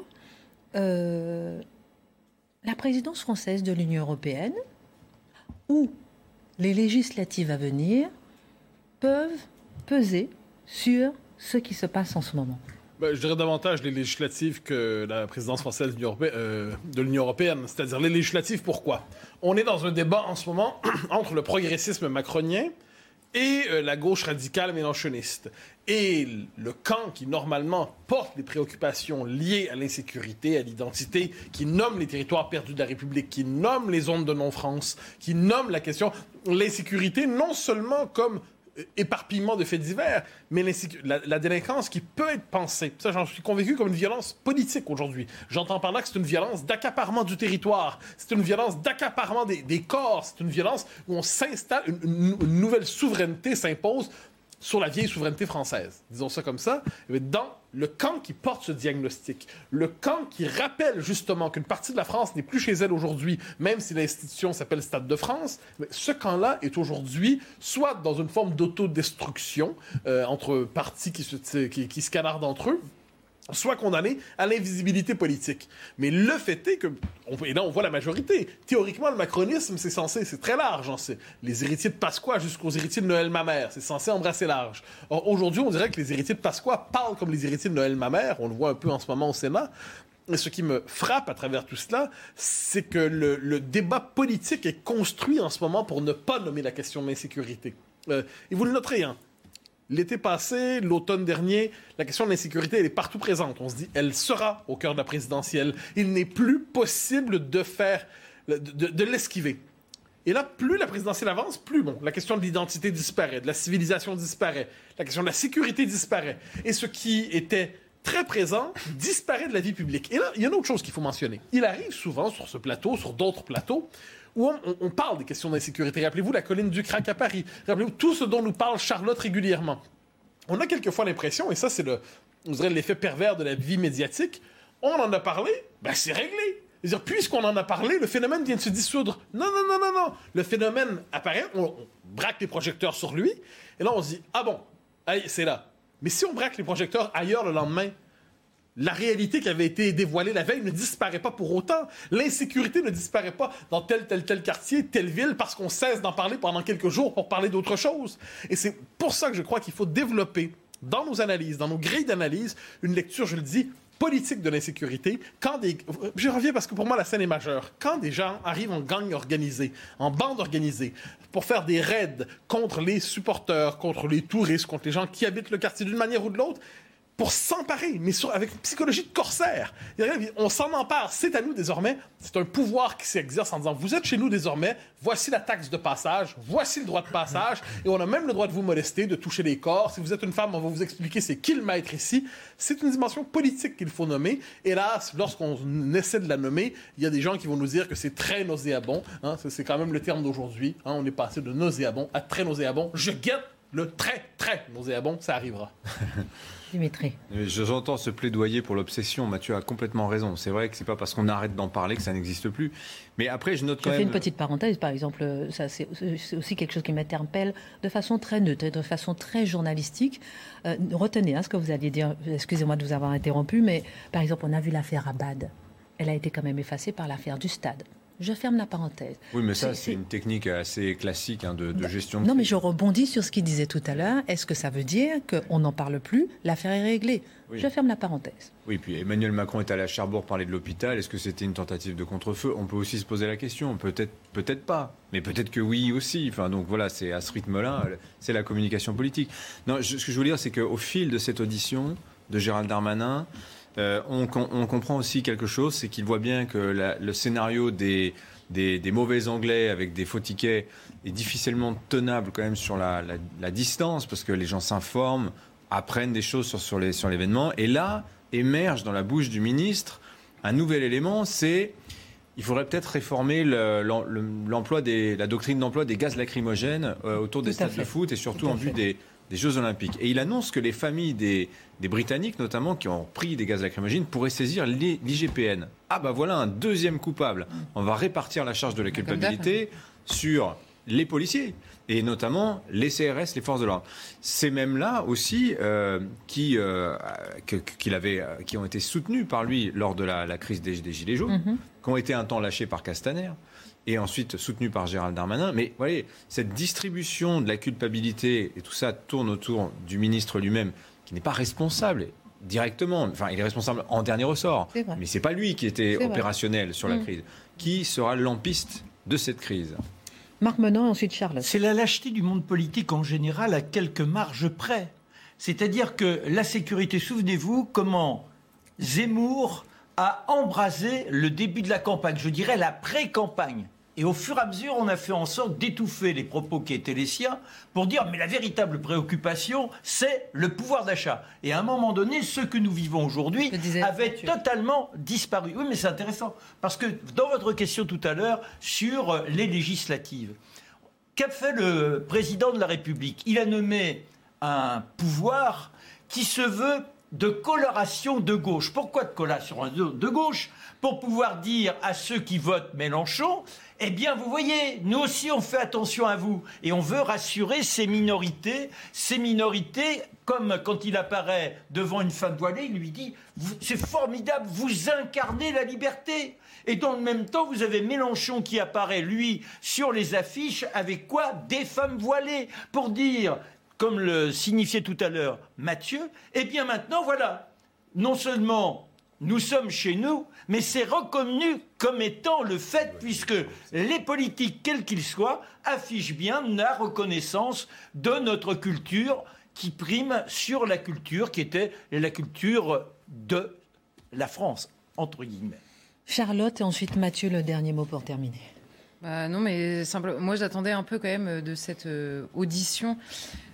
la présidence française de l'Union européenne ou les législatives à venir peuvent peser sur ce qui se passe en ce moment? Je dirais davantage les législatives que la présidence française de l'Union européenne. C'est-à-dire les législatives, pourquoi? On est dans un débat en ce moment entre le progressisme macronien et la gauche radicale mélenchoniste. Et le camp qui, normalement, porte les préoccupations liées à l'insécurité, à l'identité, qui nomme les territoires perdus de la République, qui nomme les zones de non-France, qui nomme la question l'insécurité, non seulement comme éparpillement de faits divers, mais la délinquance qui peut être pensée, ça j'en suis convaincu, comme une violence politique aujourd'hui. J'entends par là que c'est une violence d'accaparement du territoire, c'est une violence d'accaparement des corps, c'est une violence où on s'installe, une nouvelle souveraineté s'impose sur la vieille souveraineté française. Disons ça comme ça. Dans le camp qui porte ce diagnostic, le camp qui rappelle justement qu'une partie de la France n'est plus chez elle aujourd'hui, même si l'institution s'appelle Stade de France, ce camp-là est aujourd'hui soit dans une forme d'autodestruction entre partis qui se canardent entre eux, soit condamné à l'invisibilité politique. Mais le fait est que, et là on voit la majorité, théoriquement le macronisme c'est très large, hein, c'est les héritiers de Pasqua jusqu'aux héritiers de Noël Mamère, c'est censé embrasser large. Or aujourd'hui on dirait que les héritiers de Pasqua parlent comme les héritiers de Noël Mamère, on le voit un peu en ce moment au Sénat. Et ce qui me frappe à travers tout cela, c'est que le débat politique est construit en ce moment pour ne pas nommer la question de l'insécurité. Et vous le noterez, hein. L'été passé, l'automne dernier, la question de l'insécurité, elle est partout présente. On se dit, elle sera au cœur de la présidentielle. Il n'est plus possible de l'esquiver. Et là, plus la présidentielle avance, plus la question de l'identité disparaît, de la civilisation disparaît, la question de la sécurité disparaît. Et ce qui était très présent, disparaît de la vie publique. Et là, il y a une autre chose qu'il faut mentionner. Il arrive souvent sur ce plateau, sur d'autres plateaux, où on parle des questions d'insécurité. Rappelez-vous la colline du crack à Paris. Rappelez-vous tout ce dont nous parle Charlotte régulièrement. On a quelquefois l'impression, et ça c'est on dirait l'effet pervers de la vie médiatique, on en a parlé, ben c'est réglé. C'est-à-dire, puisqu'on en a parlé, le phénomène vient de se dissoudre. Non. Le phénomène apparaît, on braque les projecteurs sur lui, et là on se dit, ah bon, allez, c'est là. Mais si on braque les projecteurs ailleurs le lendemain, la réalité qui avait été dévoilée la veille ne disparaît pas pour autant. L'insécurité ne disparaît pas dans tel quartier, telle ville, parce qu'on cesse d'en parler pendant quelques jours pour parler d'autre chose. Et c'est pour ça que je crois qu'il faut développer dans nos analyses, dans nos grilles d'analyse, une lecture, je le dis, politique de l'insécurité. Je reviens parce que pour moi, la scène est majeure. Quand des gens arrivent en gang organisé, en bande organisée, pour faire des raids contre les supporters, contre les touristes, contre les gens qui habitent le quartier d'une manière ou de l'autre, pour s'emparer, mais avec une psychologie de corsaire. On s'en empare, c'est à nous désormais. C'est un pouvoir qui s'exerce en disant, vous êtes chez nous désormais, voici la taxe de passage, voici le droit de passage, et on a même le droit de vous molester, de toucher les corps. Si vous êtes une femme, on va vous expliquer c'est qui le maître ici. C'est une dimension politique qu'il faut nommer. Hélas, lorsqu'on essaie de la nommer, il y a des gens qui vont nous dire que c'est très nauséabond. Hein, c'est quand même le terme d'aujourd'hui. Hein, on est passé de nauséabond à très nauséabond. Je guette le très, très nauséabond, ça arrivera. Dimitri. J'entends ce plaidoyer pour l'obsession. Mathieu a complètement raison. C'est vrai que c'est pas parce qu'on arrête d'en parler que ça n'existe plus. Mais après, je note quand même... Je fais une petite parenthèse, par exemple. Ça, c'est aussi quelque chose qui m'interpelle de façon très neutre et de façon très journalistique. Retenez ce que vous alliez dire. Excusez-moi de vous avoir interrompu, mais par exemple, on a vu l'affaire Abad. Elle a été quand même effacée par l'affaire du Stade. Je ferme la parenthèse. Oui, mais ça, c'est une technique assez classique de gestion. Non, mais je rebondis sur ce qu'il disait tout à l'heure. Est-ce que ça veut dire qu'on n'en parle plus, l'affaire est réglée? Oui. Je ferme la parenthèse. Oui, puis Emmanuel Macron est allé à Cherbourg parler de l'hôpital. Est-ce que c'était une tentative de contre-feu? On peut aussi se poser la question. Peut-être pas. Mais peut-être que oui aussi. Enfin, donc voilà, c'est à ce rythme-là, c'est la communication politique. Non, ce que je veux dire, c'est qu'au fil de cette audition de Gérald Darmanin, on comprend aussi quelque chose, c'est qu'il voit bien que le scénario des mauvais Anglais avec des faux tickets est difficilement tenable quand même sur la distance, parce que les gens s'informent, apprennent des choses sur l'événement. Et là, émerge dans la bouche du ministre un nouvel élément, c'est il faudrait peut-être réformer la doctrine d'emploi des gaz lacrymogènes autour des stades de foot et surtout en vue des Jeux Olympiques. Et il annonce que les familles des Britanniques, notamment, qui ont pris des gaz lacrymogènes, pourraient saisir l'IGPN. Ah bah voilà un deuxième coupable. On va répartir la charge de la culpabilité sur les policiers, et notamment les CRS, les forces de l'ordre. C'est même là aussi qui ont été soutenus par lui lors de la crise des Gilets jaunes, qui ont été un temps lâchés par Castaner, et ensuite soutenu par Gérald Darmanin. Mais voyez, cette distribution de la culpabilité, et tout ça tourne autour du ministre lui-même, qui n'est pas responsable directement. Enfin, il est responsable en dernier ressort. Mais c'est pas lui qui était opérationnel sur la crise. Qui sera le lampiste de cette crise? Marc Menon et ensuite Charles. C'est la lâcheté du monde politique en général à quelques marges près. C'est-à-dire que la sécurité, souvenez-vous comment Zemmour a embrasé le début de la campagne, je dirais la pré-campagne. Et au fur et à mesure, on a fait en sorte d'étouffer les propos qui étaient les siens pour dire mais la véritable préoccupation, c'est le pouvoir d'achat. Et à un moment donné, ce que nous vivons aujourd'hui avait totalement disparu. Oui, mais c'est intéressant, parce que dans votre question tout à l'heure sur les législatives, qu'a fait le président de la République? Il a nommé un pouvoir qui se veut de coloration de gauche. Pourquoi de coloration de gauche? Pour pouvoir dire à ceux qui votent Mélenchon, eh bien, vous voyez, nous aussi, on fait attention à vous. Et on veut rassurer ces minorités, comme quand il apparaît devant une femme voilée, il lui dit « C'est formidable, vous incarnez la liberté ». Et dans le même temps, vous avez Mélenchon qui apparaît, lui, sur les affiches, avec quoi? Des femmes voilées, pour dire, comme le signifiait tout à l'heure Mathieu, eh bien maintenant, voilà, non seulement nous sommes chez nous, mais c'est reconnu comme étant le fait, puisque les politiques, quels qu'ils soient, affichent bien la reconnaissance de notre culture qui prime sur la culture qui était la culture de la France, entre guillemets. Charlotte et ensuite Mathieu, le dernier mot pour terminer. Non, mais moi j'attendais un peu quand même de cette audition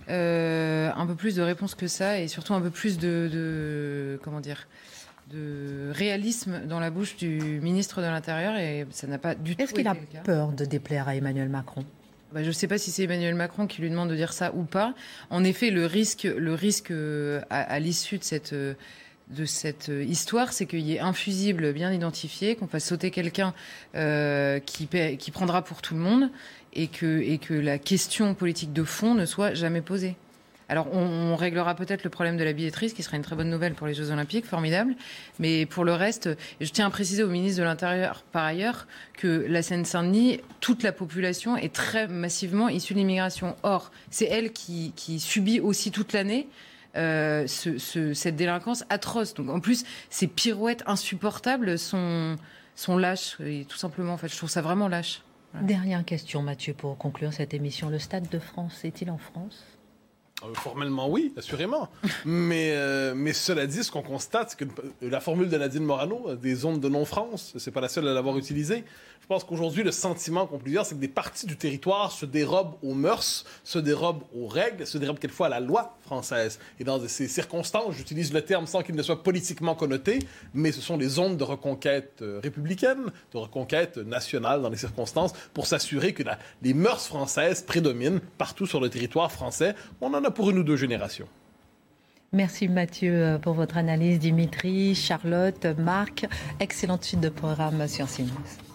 un peu plus de réponse que ça, et surtout un peu plus de réalisme dans la bouche du ministre de l'Intérieur, et ça n'a pas du tout été le cas. Est-ce qu'il a peur de déplaire à Emmanuel Macron ? Je ne sais pas si c'est Emmanuel Macron qui lui demande de dire ça ou pas. En effet, le risque à l'issue de cette histoire, c'est qu'il y ait un fusible bien identifié, qu'on fasse sauter quelqu'un qui prendra pour tout le monde, et que la question politique de fond ne soit jamais posée. Alors, on réglera peut-être le problème de la billetterie, ce qui serait une très bonne nouvelle pour les Jeux Olympiques, formidable. Mais pour le reste, je tiens à préciser au ministre de l'Intérieur, par ailleurs, que la Seine-Saint-Denis, toute la population est très massivement issue de l'immigration. Or, c'est elle qui subit aussi toute l'année cette délinquance atroce. Donc, en plus, ces pirouettes insupportables sont lâches. Et tout simplement, en fait, je trouve ça vraiment lâche. Voilà. Dernière question, Mathieu, pour conclure cette émission. Le Stade de France est-il en France ? Formellement, oui, assurément. mais cela dit, ce qu'on constate, c'est que la formule de Nadine Morano, des zones de non-France, c'est pas la seule à l'avoir utilisée. Je pense qu'aujourd'hui, le sentiment qu'on peut dire, c'est que des parties du territoire se dérobent aux mœurs, se dérobent aux règles, se dérobent quelquefois à la loi française. Et dans ces circonstances, j'utilise le terme sans qu'il ne soit politiquement connoté, mais ce sont les zones de reconquête républicaine, de reconquête nationale dans les circonstances, pour s'assurer que les mœurs françaises prédominent partout sur le territoire français. On en a pour 1 ou 2 générations. Merci Mathieu pour votre analyse. Dimitri, Charlotte, Marc, excellente suite de programme sur CNews.